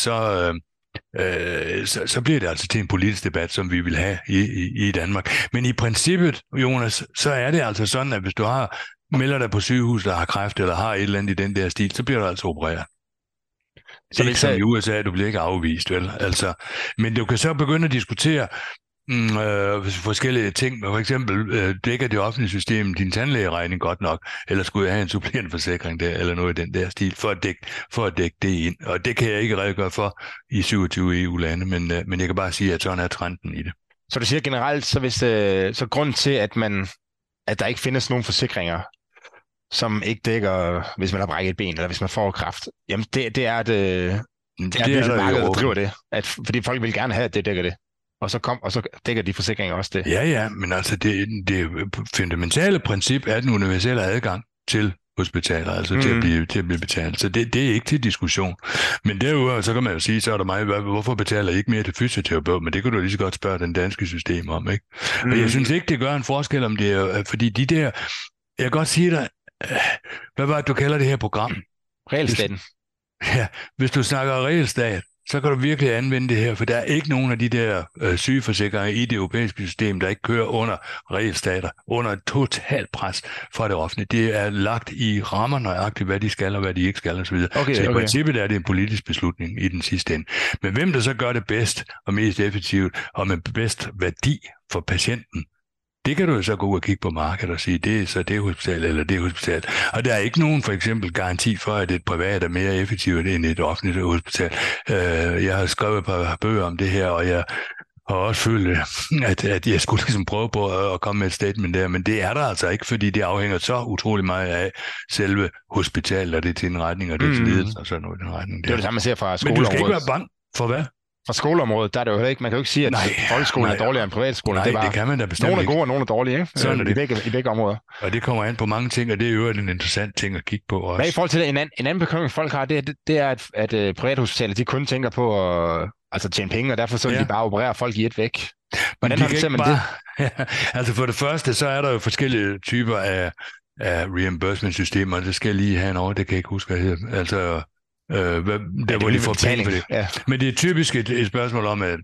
så bliver det altså til en politisk debat, som vi vil have i Danmark. Men i princippet, Jonas, så er det altså sådan, at hvis du melder dig på sygehus, der har kræft, eller har et eller andet i den der stil, så bliver du altså opereret. Så ikke som i USA, du bliver ikke afvist, vel? Altså, men du kan så begynde at diskutere forskellige ting. For eksempel, dækker det offentlige system din tandlægeregning godt nok, eller skulle jeg have en supplerende forsikring der, eller noget i den der stil, for at dække det ind. Og det kan jeg ikke redegøre for i 27 EU-lande, men jeg kan bare sige, at sådan er trenden i det. Så du siger generelt, så grunden til, at der ikke findes nogen forsikringer, som ikke dækker, hvis man har brækket et ben, eller hvis man får kræft, jamen det er, at det er markedet, der driver det. Fordi folk vil gerne have, at det dækker det. Og så dækker de forsikringer også det. Ja, men altså det fundamentale princip er den universelle adgang til hospitaler, altså til at blive betalt. Så det er ikke til diskussion. Men derudover, så kan man jo sige, så er der mig, hvorfor betaler I ikke mere til fysioterapeut? Men det kan du lige så godt spørge den danske system om, ikke? Og jeg synes ikke, det gør en forskel, om det er, fordi de der, jeg kan godt sige dig, hvad var det, du kalder det her program? Regelstaten. Ja, hvis du snakker regelstat, så kan du virkelig anvende det her, for der er ikke nogen af de der sygeforsikringer i det europæiske system, der ikke kører under regelstater, under et totalt pres fra det offentlige. Det er lagt i rammer nøjagtigt, hvad de skal og hvad de ikke skal osv. Så i princippet er det en politisk beslutning i den sidste ende. Men hvem der så gør det bedst og mest effektivt og med bedst værdi for patienten, det kan du jo så gå ud og kigge på markedet og sige, det er så det hospital eller det hospital. Og der er ikke nogen for eksempel garanti for, at et privat er mere effektivt end et offentligt hospital. Jeg har skrevet et par bøger om det her, og jeg har også følt, at jeg skulle ligesom prøve på at komme med et statement der, men det er der altså ikke, fordi det afhænger så utrolig meget af selve hospitalet, og det er til en retning, og det er til ledelse og sådan noget i den retning. Det er det samme, man ser fra skoleområdet. Men du skal ikke være bange for hvad? Fra skoleområdet, der er det jo heller ikke, man kan jo ikke sige, at folkeskolen er dårligere end privatskolen. Nej, det kan man da bestemt ikke. Nogle er gode, og nogle er dårlige, ikke? Sådan er det. I begge områder. Og det kommer an på mange ting, og det er jo en interessant ting at kigge på også. Hvad i forhold til det, en anden bekymring, folk har, det er, at privathospitaler, de kun tænker på at tjene penge, og derfor så vil de bare operere folk i et væk. Hvordan har du set man det? Altså for det første, så er der jo forskellige typer af reimbursement-systemer, det skal jeg lige have en over, det kan jeg ikke huske, hvad det hedder. Altså der hvor de får penge for det. Ja. Men det er typisk et spørgsmål om, at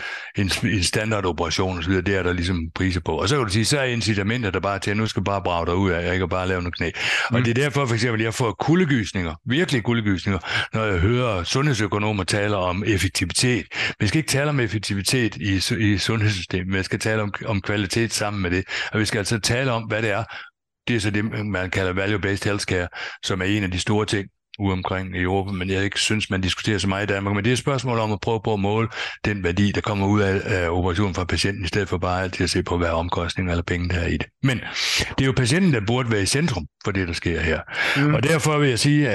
en standardoperation og så videre, det er der ligesom priser på. Og så kan du sige, så er incitamenter der bare til, at nu skal bare brage dig ud af, jeg kan bare lave nogle knæ. Og det er derfor for eksempel, jeg får kuldegysninger, virkelig kuldegysninger, når jeg hører sundhedsøkonomer tale om effektivitet. Men jeg skal ikke tale om effektivitet i sundhedssystemet, men jeg skal tale om kvalitet sammen med det. Og vi skal altså tale om, hvad det er. Det er så det, man kalder value-based healthcare, som er en af de store ting, ude omkring i Europa, men jeg ikke synes, man diskuterer så meget i Danmark. Men det er et spørgsmål om at prøve på at måle den værdi, der kommer ud af operationen fra patienten, i stedet for bare altid at se på, hvad omkostninger eller penge der er i det. Men det er jo patienten, der burde være i centrum for det, der sker her. Og derfor vil jeg sige,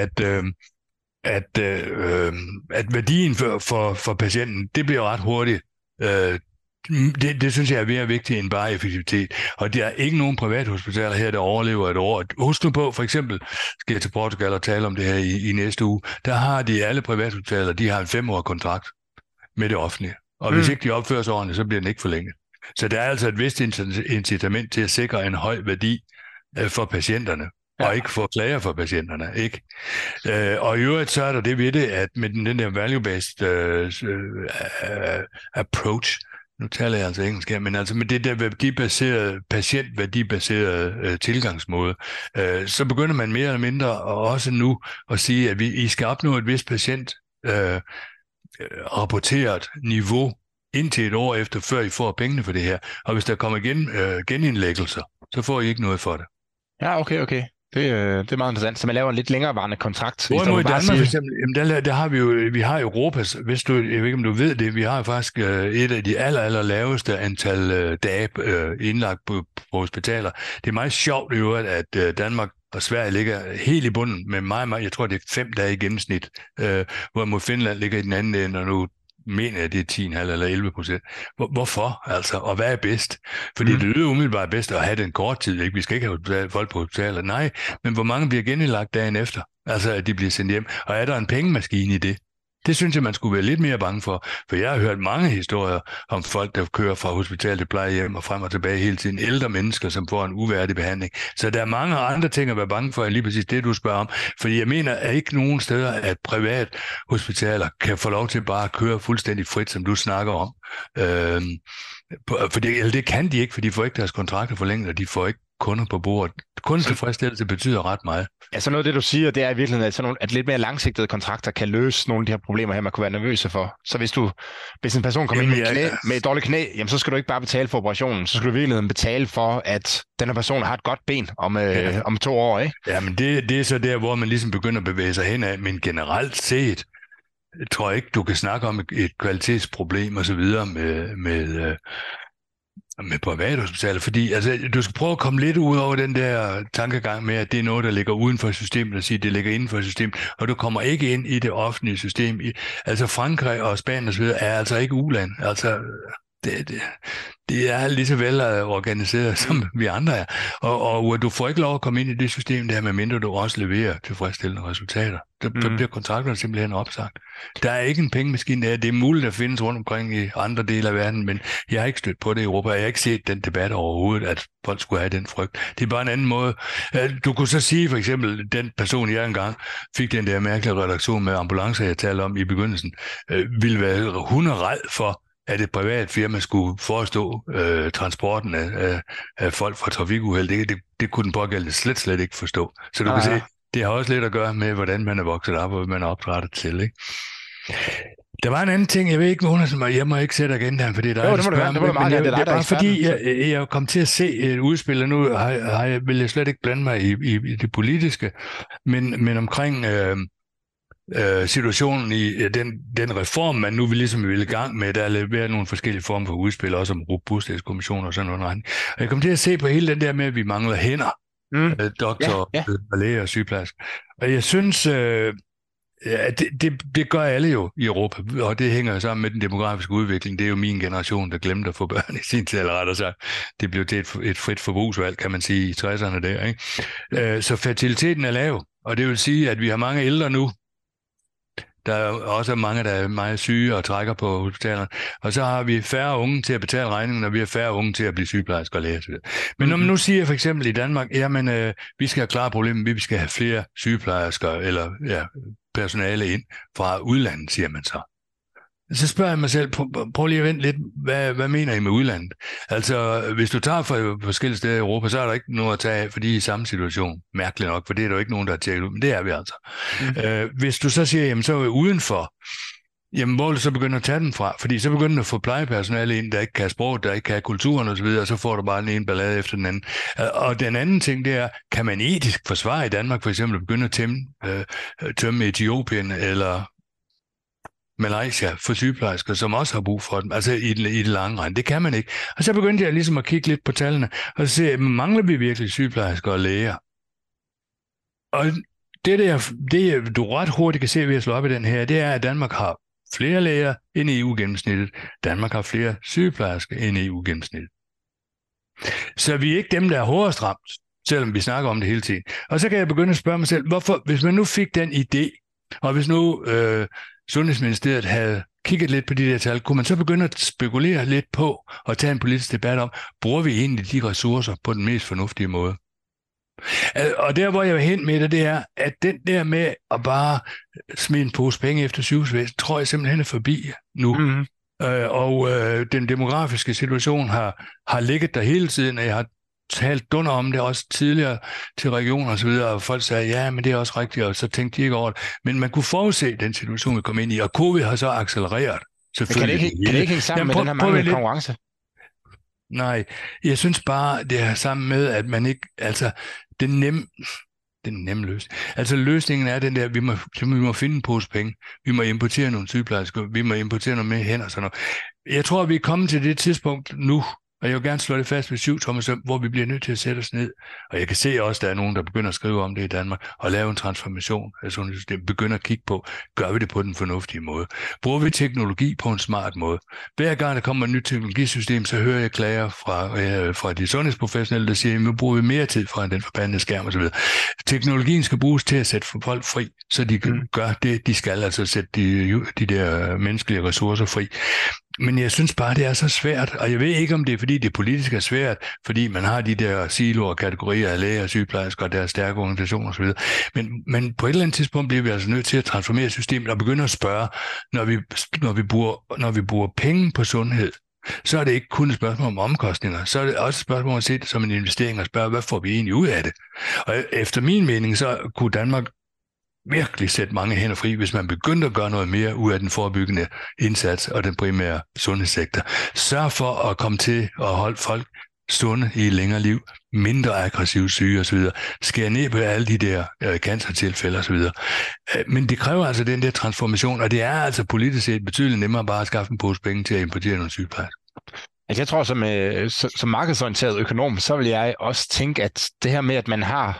at værdien for patienten, det bliver ret hurtigt. Det synes jeg er mere vigtigt end bare effektivitet. Og der er ikke nogen privathospitaler her, der overlever et år. Husk nu på, for eksempel, skal jeg til Portugal og tale om det her i næste uge, der har de alle privathospitaler, de har en 5-årig kontrakt med det offentlige. Og hvis ikke de opfører sig ordentligt, så bliver den ikke forlænget. Så der er altså et vist incitament til at sikre en høj værdi for patienterne. Ja. Og ikke få klager for patienterne, ikke? Og i øvrigt så er der det ved det, at med den der value-based approach, nu taler jeg altså engelsk her, men altså med det der værdibaserede, patientværdibaserede tilgangsmåde, så begynder man mere eller mindre også nu at sige, at I skal opnå et vist rapporteret niveau indtil et år efter, før I får pengene for det her. Og hvis der kommer genindlæggelser, så får I ikke noget for det. Ja, okay. Det er meget interessant. Så man laver en lidt længerevarende kontrakt. Hvorimod i Danmark for eksempel, der har vi har Europas, jeg ved ikke om du ved det, vi har faktisk et af de aller laveste antal dage indlagt på hospitaler. Det er meget sjovt i øvrigt, at Danmark og Sverige ligger helt i bunden med meget, jeg tror det er 5 dage i gennemsnit, hvorimod Finland ligger i den anden ende, og nu mener jeg, det er 10,5 eller 11%. Hvorfor altså? Og hvad er bedst? Fordi det lyder umiddelbart bedst at have den kort tid, ikke? Vi skal ikke have folk på hospitaler. Nej, men hvor mange bliver genindlagt dagen efter? Altså, at de bliver sendt hjem. Og er der en pengemaskine i det? Det synes jeg, man skulle være lidt mere bange for. For jeg har hørt mange historier om folk, der kører fra hospital til plejehjem og frem og tilbage hele tiden. Ældre mennesker, som får en uværdig behandling. Så der er mange andre ting at være bange for, end lige præcis det, du spørger om. Fordi jeg mener, at ikke nogen steder, at privat hospitaler kan få lov til bare at køre fuldstændig frit, som du snakker om. For det kan de ikke, for de får ikke deres kontrakter forlænget, og de får ikke kunder på bordet. Kundetilfredsstillelse betyder ret meget. Ja, så noget af det, du siger, det er i virkeligheden, at lidt mere langsigtede kontrakter kan løse nogle af de her problemer her, man kunne være nervøse for. Så hvis en person kommer ind med et dårligt knæ, jamen, så skal du ikke bare betale for operationen, så skal du i virkeligheden betale for, at den her person har et godt ben om 2 år, ikke? Ja, men det er så der, hvor man ligesom begynder at bevæge sig henad, men generelt set, jeg tror ikke, du kan snakke om et kvalitetsproblem og så videre med privathospitaler, fordi altså, du skal prøve at komme lidt ud over den der tankegang med, at det er noget, der ligger uden for systemet, og sige, at det ligger inden for systemet, og du kommer ikke ind i det offentlige system. Altså Frankrig og Spanien og så videre er altså ikke uland. Altså, det er lige så vel organiseret, som vi andre er. Og du får ikke lov at komme ind i det system der, medmindre du også leverer tilfredsstillende resultater. Der bliver kontrakterne simpelthen opsagt. Der er ikke en pengemaskine der. Det er muligt at findes rundt omkring i andre dele af verden, men jeg har ikke stødt på det i Europa. Jeg har ikke set den debat overhovedet, at folk skulle have den frygt. Det er bare en anden måde. Du kunne så sige for eksempel, den person, jeg engang fik den der mærkelige redaktion med ambulancer, jeg talte om i begyndelsen, ville være hunderad for, at et privat firma skulle forestå transporten af folk fra trafikuheld. Det kunne den pågældende slet ikke forstå. Så du kan se, det har også lidt at gøre med, hvordan man er vokset op, og hvad man er opdrettet til, ikke? Der var en anden ting, jeg ved ikke, jeg må ikke sætte agendaen, fordi der er det er bare fordi, jeg kom til at se et udspil, og nu vil jeg slet ikke blande mig i det politiske, men omkring situationen i den reform, man nu vil i gang med, der er leveret nogle forskellige former for udspil, også om robusthedskommission og sådan noget. Og jeg kom til at se på hele den der med, at vi mangler hænder, doktor, og læge og sygeplejerske. Og jeg synes, det gør alle jo i Europa, og det hænger sammen med den demografiske udvikling. Det er jo min generation, der glemte at få børn i sin tid, eller rettere sagt. Det blev til et frit forbrugsvalg, kan man sige, i 60'erne der, ikke? Så fertiliteten er lav, og det vil sige, at vi har mange ældre nu. Der er også mange, der er meget syge og trækker på hospitalerne. Og så har vi færre unge til at betale regningen, og vi har færre unge til at blive sygeplejersker og læger. Men når man nu siger for eksempel i Danmark, jamen vi skal have klare problemer, vi skal have flere sygeplejersker eller personale ind fra udlandet, siger man så. Så spørger jeg mig selv, prøv lige at vente lidt, hvad mener I med udlandet? Altså, hvis du tager fra forskellige steder i Europa, så er der ikke noget at tage af, fordi I er i samme situation. Mærkeligt nok, for det er der jo ikke nogen, der har tjekket ud, men det er vi altså. Hvis du så siger, jamen så er vi udenfor, Jamen, hvor vil du så begynde at tage den fra? Fordi så begynder du at få plejepersonale ind, der ikke kan sprog, der ikke kan kulturen osv., og så får du bare den ene ballade efter den anden. Og den anden ting, det er, kan man etisk forsvare i Danmark, for eksempel at begynde at tømme Etiopien eller Malaysia for sygeplejersker, som også har brug for dem, altså i det lange rand. Det kan man ikke. Og så begyndte jeg ligesom at kigge lidt på tallene, og se, mangler vi virkelig sygeplejersker og læger? Og det du ret hurtigt kan se ved at slå op i den her, det er, at Danmark har flere læger end EU-gennemsnittet. Danmark har flere sygeplejersker end EU-gennemsnittet. Så vi er ikke dem, der er hårdest ramt, selvom vi snakker om det hele tiden. Og så kan jeg begynde at spørge mig selv, hvorfor, hvis man nu fik den idé, og hvis nu Sundhedsministeriet havde kigget lidt på de der tal, kunne man så begynde at spekulere lidt på og tage en politisk debat om, bruger vi egentlig de ressourcer på den mest fornuftige måde? Og der, hvor jeg vil hen med det er, at den der med at bare smide en pose penge efter sygehusvæsenet, tror jeg simpelthen er forbi nu. Mm-hmm. Den demografiske situation har ligget der hele tiden, og jeg har talt dunder om det også tidligere til regioner og så videre, og folk sagde, ja, men det er også rigtigt, og så tænkte de ikke over det. Men man kunne forudse den situation, vi kom ind i, og covid har så accelereret. Kan det ikke hænge sammen med den her manglende konkurrence? Nej, jeg synes bare, det er sammen med, at man ikke, altså, den nemme løsning. Altså løsningen er den der, vi må finde en pose penge, vi må importere nogle sygeplejersker, vi må importere nogle mere hænder og sådan noget. Jeg tror, vi er kommet til det tidspunkt nu, og jeg vil gerne slå det fast med 7 tommer, hvor vi bliver nødt til at sætte os ned. Og jeg kan se også, at der er nogen, der begynder at skrive om det i Danmark, og lave en transformation af sundhedssystemet, begynder at kigge på, gør vi det på den fornuftige måde? Bruger vi teknologi på en smart måde? Hver gang der kommer et nyt teknologisystem, så hører jeg klager fra de sundhedsprofessionelle, der siger, at nu bruger vi mere tid fra den forbandede skærm osv. Teknologien skal bruges til at sætte folk fri, så de gør det, de skal, altså sætte de der menneskelige ressourcer fri. Men jeg synes bare, det er så svært, og jeg ved ikke, om det er, fordi det politisk er svært, fordi man har de der siloer og kategorier af læger og sygeplejersker og deres stærke organisationer osv. Men på et eller andet tidspunkt bliver vi altså nødt til at transformere systemet og begynde at spørge, når vi bruger penge på sundhed, så er det ikke kun et spørgsmål om omkostninger, så er det også et spørgsmål om at se det som en investering og spørge, hvad får vi egentlig ud af det? Og efter min mening, så kunne Danmark virkelig sætte mange hænder fri, hvis man begyndte at gøre noget mere ud af den forebyggende indsats og den primære sundhedssektor. Sørg for at komme til at holde folk sunde i et længere liv, mindre aggressivt syge osv. Skære ned på alle de der cancertilfælde osv. Men det kræver altså den der transformation, og det er altså politisk set betydeligt nemmere bare at skaffe en pose penge til at importere nogle sygeplejersker. Altså jeg tror, som markedsorienteret økonom, så vil jeg også tænke, at det her med, at man har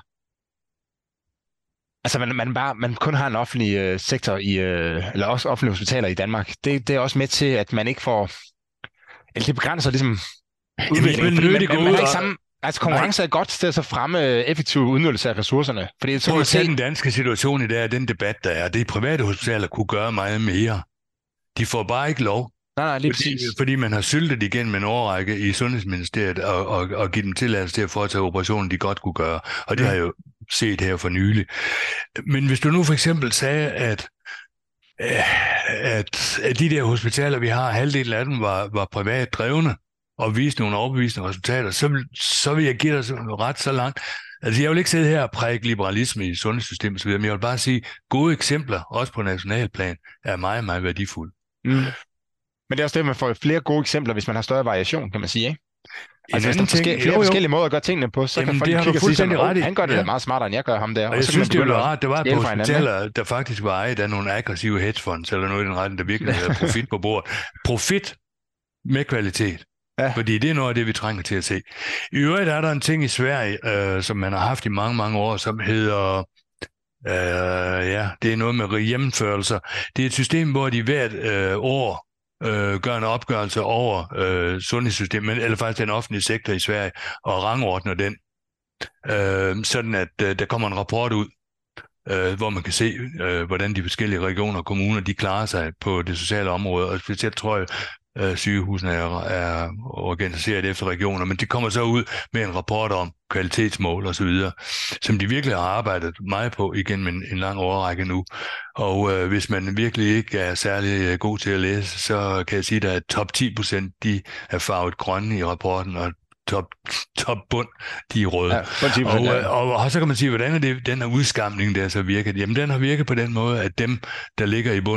altså man kun har en offentlig sektor eller også offentlige hospitaler i Danmark. Det er også med til, at man ikke får, eller det begrænser ligesom udviklingen. Man har ikke samme, altså konkurrence er godt til at så fremme effektiv udnyttelse af ressourcerne. Fordi så at se den danske situation i dag, den debat der er, det er private hospitaler kunne gøre meget mere. De får bare ikke lov. Nej, lige præcis. Fordi man har syltet igen en årrække i Sundhedsministeriet og givet dem tilladelse til at foretage operationen, de godt kunne gøre. Og det har jeg jo set her for nylig. Men hvis du nu for eksempel sagde, at de der hospitaler, vi har, halvdelen af dem var privat drevne, og viste nogle overbevisende resultater, så vil jeg give dig ret så langt. Altså jeg vil ikke sidde her og præge liberalisme i sundhedssystemet osv., men jeg vil bare sige, gode eksempler, også på nationalplan, er meget, meget værdifulde. Men det er også det, at man får flere gode eksempler, hvis man har større variation, kan man sige, ikke? Altså hvis der er flere forskellige måder at gøre tingene på, så kan folk kigge og sige sådan, han gør det meget smartere, end jeg gør ham der. Og jeg synes, det var rart, der var på hospitaler, der faktisk var ejet af nogle aggressive hedgefonds, eller noget i den retning, der virkelig havde profit på bordet. Profit med kvalitet. Ja. Fordi det er noget af det, vi trænger til at se. I øvrigt er der en ting i Sverige, som man har haft i mange, mange år, som hedder, det er noget med hjemmeførelser. Det er et system, hvor de hvert år gør en opgørelse over sundhedssystemet, eller faktisk den offentlige sektor i Sverige, og rangordner den, sådan at der kommer en rapport ud, hvor man kan se, hvordan de forskellige regioner og kommuner, de klarer sig på det sociale område, og specielt tror jeg, sygehusene er organiseret efter regioner, men det kommer så ud med en rapport om kvalitetsmål og så videre, som de virkelig har arbejdet meget på igennem en lang årrække nu. Og hvis man virkelig ikke er særlig god til at læse, så kan jeg sige, at top 10% de er farvet grønne i rapporten, og top bund, de er røde. Ja, og så kan man sige, hvordan er det, den her udskamning der så virket? Jamen, den har virket på den måde, at dem, der ligger i bunden,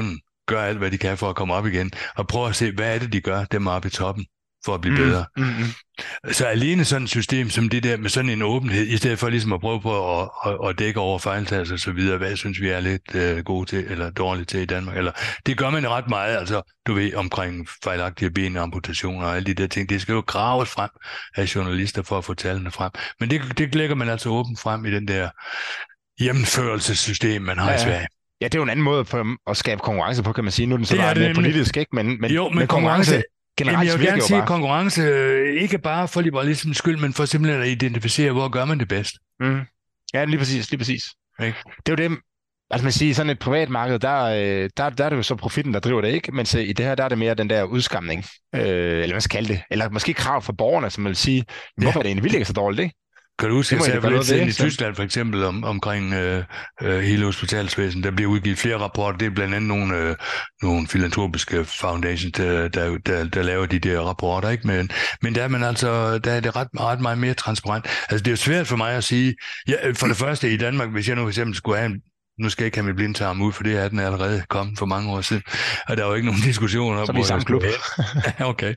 gør alt, hvad de kan for at komme op igen, og prøver at se, hvad er det, de gør, dem oppe i toppen, for at blive bedre. Så alene sådan et system som det der, med sådan en åbenhed, i stedet for ligesom at prøve på at dække over fejltagelser og så videre, hvad synes vi er lidt gode til, eller dårlige til i Danmark, eller det gør man ret meget, altså du ved, omkring fejlagtige benamputationer og alle de der ting, det skal jo graves frem af journalister for at få tallene frem, men det lægger man altså åbent frem i den der hjemførelsessystem, man har i Sverige. Ja, det er jo en anden måde at skabe konkurrence på, kan man sige. Nu er den så meget mere politisk, ikke? Men konkurrence generelt. Jeg vil gerne sige, at konkurrence ikke bare for liberalismens skyld, men for simpelthen at identificere, hvor gør man det bedst. Ja, lige præcis. Ikke? Det er jo det, altså man siger, sådan et privat marked, der er det jo så profitten, der driver det, ikke? Men så i det her, der er det mere den der udskamning, eller hvad skal kalde det, eller måske krav fra borgerne, som vil sige, hvorfor er det egentlig vildt ikke så dårligt, ikke? Kan du huske, at jeg lidt siden i Tyskland for eksempel omkring hele hospitalsvæsenet, der bliver udgivet flere rapporter. Det er blandt andet nogle filantropiske foundations, der laver de der rapporter, ikke? Men der er man altså, der er det ret meget mere transparent. Altså det er jo svært for mig at sige, for det første i Danmark, hvis jeg nu for eksempel skulle have nu skal jeg ikke have mit blindtarm ud, for det er den allerede kommet for mange år siden, og der er jo ikke nogen diskussioner om, så er vi i samme klub. Okay.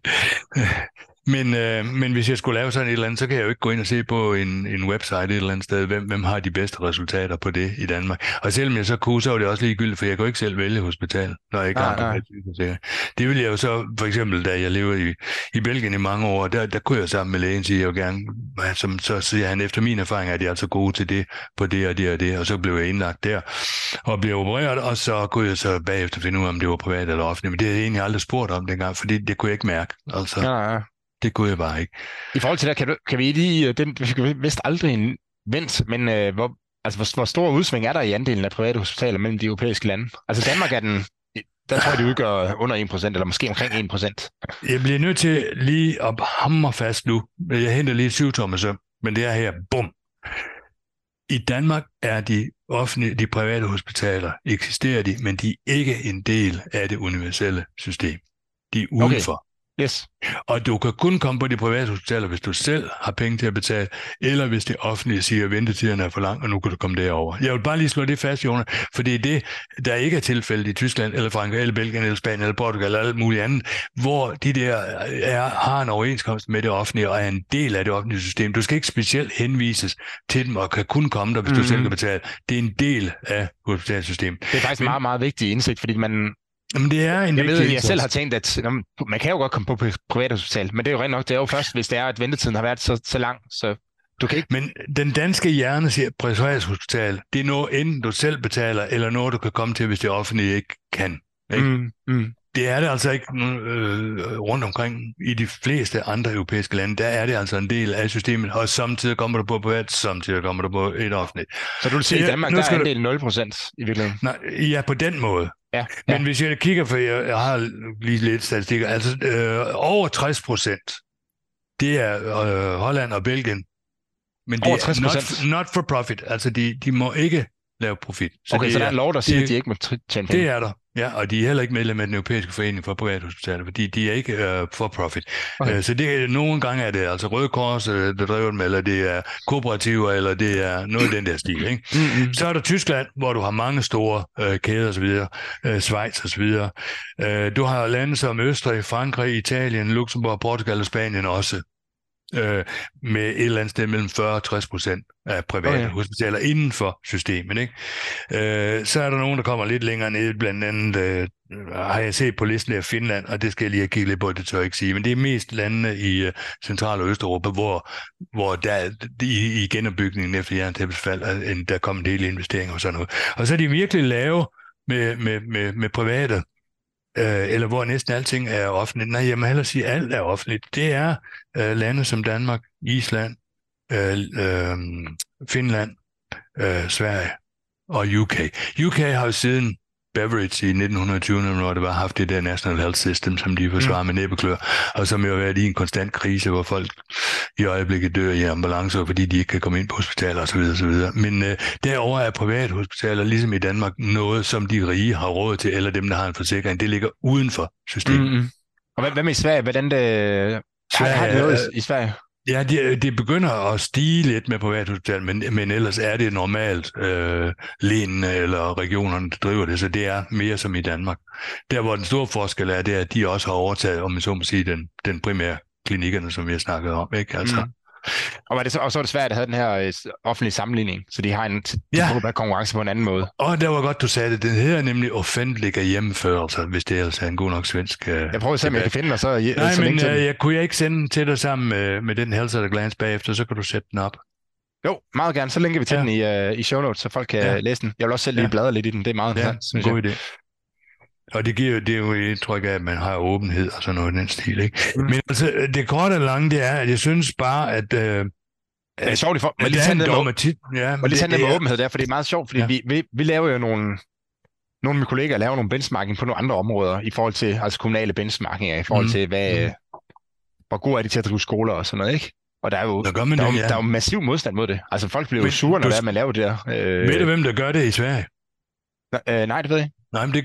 Men hvis jeg skulle lave sådan et eller andet, så kan jeg jo ikke gå ind og se på en website et eller andet sted, hvem har de bedste resultater på det i Danmark. Og selvom jeg så kunne, så var det også ligegyldigt, for jeg kan jo ikke selv vælge hospital, når jeg ikke har en privat. Det ville jeg jo så, for eksempel, da jeg levede i Belgien i mange år, der kunne jeg sammen med lægen sige, at jeg vil gerne, så siger han, efter min erfaring, at jeg er altså gode til det, på det og det og det, og så blev jeg indlagt der og blev opereret, og så kunne jeg så bagefter finde ud af, om det var privat eller offentligt. Men det havde jeg egentlig aldrig spurgt om dengang, for det kunne jeg ikke mærke. Altså. Det kunne jeg bare ikke. I forhold til det, kan vi lige, vi fik vist aldrig en vendt, men hvor stor udsving er der i andelen af private hospitaler mellem de europæiske lande? Altså Danmark er der tror jeg, de udgør under 1%, eller måske omkring 1%. Jeg bliver nødt til lige at hamre fast nu. Jeg henter lige 7-tommer, men det er her, bum. I Danmark er de private hospitaler, eksisterer de, men de er ikke en del af det universelle system. De er udenfor. Okay. Yes. Og du kan kun komme på de private hospitaler, hvis du selv har penge til at betale, eller hvis det offentlige siger, at ventetiderne er for lang, og nu kan du komme derover. Jeg vil bare lige slå det fast, Jonas, for det er det, der ikke er tilfældet i Tyskland, eller Frankrig, eller Belgien, eller Spanien, eller Portugal, eller alt muligt andet, hvor de der har en overenskomst med det offentlige, og er en del af det offentlige system. Du skal ikke specielt henvises til dem, og kan kun komme der, hvis du selv kan betale. Det er en del af hospitalsystemet. Det er faktisk meget, meget vigtig indsigt, fordi men det er jeg selv har tænkt, at man kan jo godt komme på privat hospital, men det er jo rent nok, det er jo først, hvis det er, at ventetiden har været så lang, så du kan ikke... Men den danske hjerne siger, privat hospital, det er noget, enten du selv betaler, eller noget, du kan komme til, hvis det offentlige ikke kan. Ikke? Det er det altså ikke rundt omkring i de fleste andre europæiske lande. Der er det altså en del af systemet, og samtidig kommer du på privat, samtidig kommer du på et offentligt. Så du vil sige, at i Danmark der er en del 0% i virkeligheden? Nej, ja, på den måde. Ja. Men hvis jeg kigger, for jeg har lige lidt statistikker, altså over 60%, det er Holland og Belgien. Men det er not for profit, altså de må ikke lave profit. Så okay, så der er en lov, der siger, at de ikke må tjene penge? Det er der, ja, og de er heller ikke medlem af den europæiske forening for privathospitaler, fordi de er ikke for profit. Okay. Så det, nogle gange er det altså Røde Kors, der driver dem, eller det er kooperativer, eller det er noget af den der stil. Ikke? Så er der Tyskland, hvor du har mange store kæder osv., Schweiz osv. Du har lande som Østrig, Frankrig, Italien, Luxembourg, Portugal og Spanien også. Med et eller andet sted mellem 40-60% af private hospitaler inden for systemet. Ikke? Så er der nogen, der kommer lidt længere ned, blandt andet har jeg set på listen af Finland, og det skal jeg lige kigge lidt på, det tør jeg ikke sige, men det er mest landene i Central- og Østeuropa, hvor der i genopbygningen efter jerntæppets fald, der kom en del investeringer og sådan noget. Og så er de virkelig lave med private, eller hvor næsten alting er offentligt. Nej, jeg må hellere sige, at alt er offentligt. Det er lande som Danmark, Island, Finland, Sverige og UK. UK har jo siden Beveridge i 1920'erne, når det var haft det der National Health System, som de forsvarer med næbeklør, og som jo har været i en konstant krise, hvor folk i øjeblikket dør i ambulancer, fordi de ikke kan komme ind på hospitaler osv. Men derover er private hospitaler, ligesom i Danmark, noget, som de rige har råd til, eller dem, der har en forsikring. Det ligger uden for systemet. Og hvad med i Sverige? Hvordan det... Sverige, har det noget i Sverige? Ja, det begynder at stige lidt med privathospital, men ellers er det normalt lænene eller regionerne, der driver det, så det er mere som i Danmark. Der, hvor den store forskel er, det er, at de også har overtaget, om man så må sige, den primære klinikkerne, som vi har snakket om, ikke? Altså, Og så var det svært at have den her offentlige sammenligning, så de har de ja, prøver at konkurrence på en anden måde. og det var godt, du sagde det. Den hedder nemlig offentlige hjemmeførelser, hvis det ellers er en god nok svensk Jeg prøver at se, om jeg kan finde den, og så Nej, så men link til den. kunne jeg ikke sende den til dig sammen med den Health at a Glance bagefter, så kan du sætte den op. Jo, meget gerne. Så linker vi til den i show notes, så folk kan læse den. Jeg vil også selv lige bladre lidt i den. Det er meget interessant, synes jeg. God idé. Og det er jo et tryk af, at man har åbenhed og sådan noget i den stil, ikke? Men altså, det korte og lange, det er, at jeg synes bare, at det er sjovt, at lige tage det med åbenhed der, for det er meget sjovt, fordi vi laver jo nogle af mine kollegaer laver nogle benchmarking på nogle andre områder, i forhold til, altså kommunale benchmarkinger, i forhold til, hvor gode er de til at drive skoler og sådan noget, ikke? Og der er jo, der er jo massiv modstand mod det. Altså folk bliver jo sure, når man laver det der. Ved du, hvem der gør det i Sverige? Nej, det ved jeg ikke. Nej, men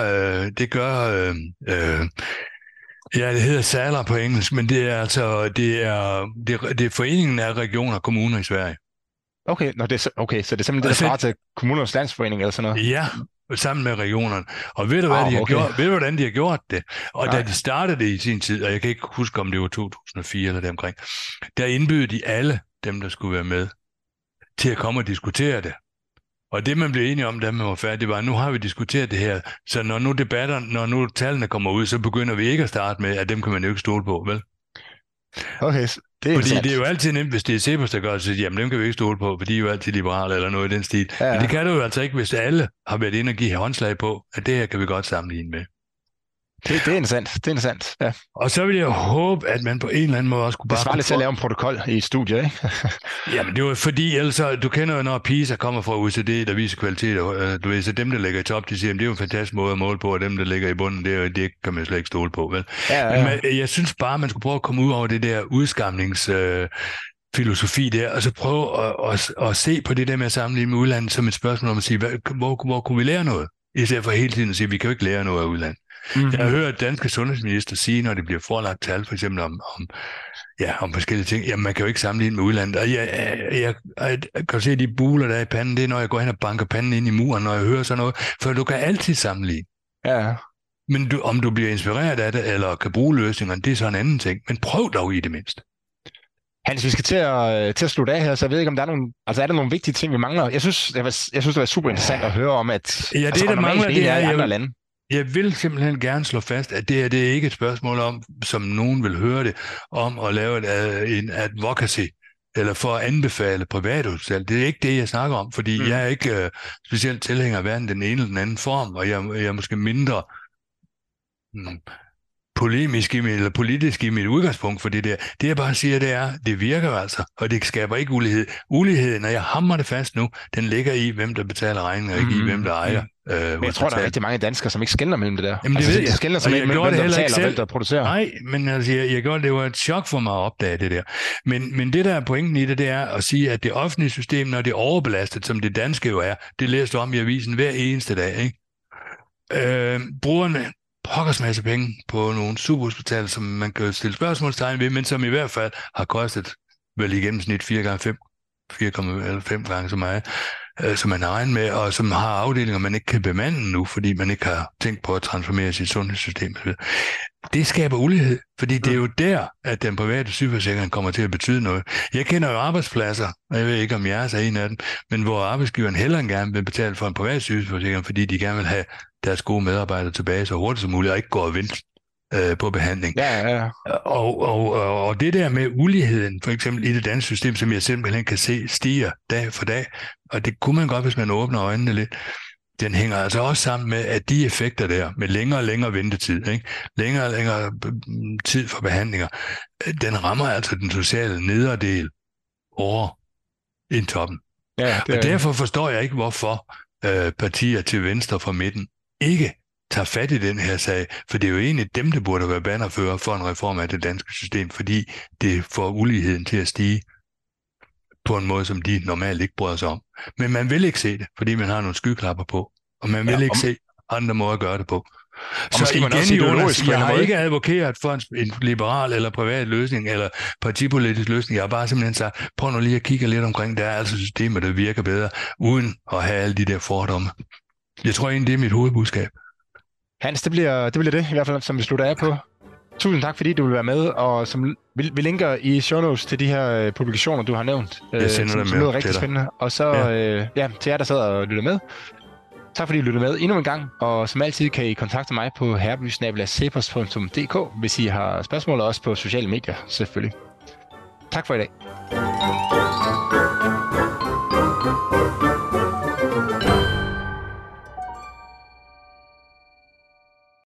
det hedder Saler på engelsk, men det er altså, det er foreningen af regioner og kommuner i Sverige. Okay, så det er simpelthen det, der svarer til kommunernes landsforening eller sådan noget? Ja, sammen med regionerne. Og ved du, hvad de har gjort? Ved du, hvordan de har gjort det? Og da de startede det i sin tid, og jeg kan ikke huske, om det var 2004 eller deromkring, der indbød de alle dem, der skulle være med, til at komme og diskutere det. Og det, man blev enige om, da man var færdig, var, at nu har vi diskuteret det her, så når nu tallene kommer ud, så begynder vi ikke at starte med, at dem kan man jo ikke stole på, vel? Okay, fordi det er jo altid nemt, hvis det er Cepos, der gør det, så jamen dem kan vi ikke stole på, for de er jo altid liberale eller noget i den stil. Ja. Men det kan du jo altså ikke, hvis alle har været inde og give håndslag på, at det her kan vi godt sammenligne med. Det er interessant. Ja. Og så vil jeg håbe, at man på en eller anden måde også kunne bare... Det svarer lidt til at lave en protokol i et studie, ikke? Jamen, det var fordi, ellers, du kender jo, når PISA kommer fra OECD, der viser kvalitet, du ved, så dem, der ligger i top, de siger, at det er jo en fantastisk måde at måle på, og dem, der ligger i bunden, det kan man slet ikke stole på, vel? Ja. Men jeg synes bare, man skulle prøve at komme ud over det der udskamningsfilosofi der, og så prøve at se på det der med at sammenligne med udlandet som et spørgsmål om at sige, hvor kunne vi lære noget? I stedet for hele tiden at sige, at vi kan jo ikke lære noget af udlandet. Mm-hmm. Jeg har hørt danske sundhedsminister sige, når det bliver forelagt tal, for eksempel om forskellige ting, jamen man kan jo ikke sammenligne med udlandet. Og jeg kan se de buler der i panden, det er når jeg går hen og banker panden ind i muren, når jeg hører sådan noget, for du kan altid sammenligne. Ja. Men om du bliver inspireret af det, eller kan bruge løsningerne, det er så en anden ting. Men prøv dog i det mindste. Hans, vi skal til at slutte af her, så jeg ved ikke, om der er der nogle vigtige ting, vi mangler. Jeg synes, det var super interessant at høre om, at det, der mangler, det er i andre lande. Jeg vil simpelthen gerne slå fast, at det er ikke et spørgsmål om, som nogen vil høre det, om at lave en advocacy, eller for at anbefale privathospital. Det er ikke det, jeg snakker om, fordi jeg er ikke specielt tilhænger af hverken den ene eller den anden form, og jeg er måske mindre polemisk eller politisk i mit udgangspunkt for det der. Det jeg bare siger, det er, det virker altså, og det skaber ikke ulighed. Uligheden, når jeg hammer det fast nu, den ligger i, hvem der betaler regninger, ikke i, hvem der ejer. Men jeg tror, der er rigtig mange danskere, som ikke skelner mellem det der. Jamen det ved jeg. Skelner sig mellem, hvem der betaler og hvem der producerer. Nej, men altså, jeg gjorde det var et chok for mig at opdage det der. Men det, der er pointen i det, det er at sige, at det offentlige system, når det er overbelastet, som det danske jo er, det læser du om i avisen hver eneste dag, ikke? Brugerne pokkers masse penge på nogle superhospitaler, som man kan stille spørgsmålstegn ved, men som i hvert fald har kostet vel i gennemsnit 4,5 gange så meget, som man har regnet med, og som har afdelinger, man ikke kan bemande nu, fordi man ikke har tænkt på at transformere sit sundhedssystem. Det skaber ulighed, fordi det er jo der, at den private sygeforsikring kommer til at betyde noget. Jeg kender jo arbejdspladser, og jeg ved ikke, om jeres er en af dem, men hvor arbejdsgiveren hellere end gerne vil betale for en privat sygeforsikring, fordi de gerne vil have deres gode medarbejdere tilbage så hurtigt som muligt, og ikke gå og vente på behandling. Ja. Og det der med uligheden, for eksempel i det danske system, som jeg simpelthen kan se stiger dag for dag, og det kunne man godt, hvis man åbner øjnene lidt, den hænger altså også sammen med, at de effekter der, med længere og længere ventetid, ikke? Længere og længere tid for behandlinger, den rammer altså den sociale nederdel over ind toppen. Ja, og derfor forstår jeg ikke, hvorfor partier til venstre for midten ikke tager fat i den her sag, for det er jo egentlig dem, der burde være bannerfører for en reform af det danske system, fordi det får uligheden til at stige på en måde, som de normalt ikke bryder sig om. Men man vil ikke se det, fordi man har nogle skyklapper på, og man vil ikke se andre måder at gøre det på. Og måske man også ideologisk jeg har ikke advokeret for en liberal eller privat løsning, eller partipolitisk løsning. Jeg har bare simpelthen sagt, prøv nu lige at kigge lidt omkring, der er altså systemer, der virker bedre, uden at have alle de der fordomme. Jeg tror egentlig, det er mit hovedbudskab. Hans, det bliver det, i hvert fald, som vi slutter af på. Tusind tak, fordi du vil være med, og som vi linker i show notes til de her publikationer, du har nævnt. Jeg sender dem med. Det rigtig spændende. Og så til jer, der sidder og lytter med. Tak fordi I lyttede med endnu en gang, og som altid kan I kontakte mig på herby@cepos.dk, hvis I har spørgsmål, og også på sociale medier, selvfølgelig. Tak for i dag.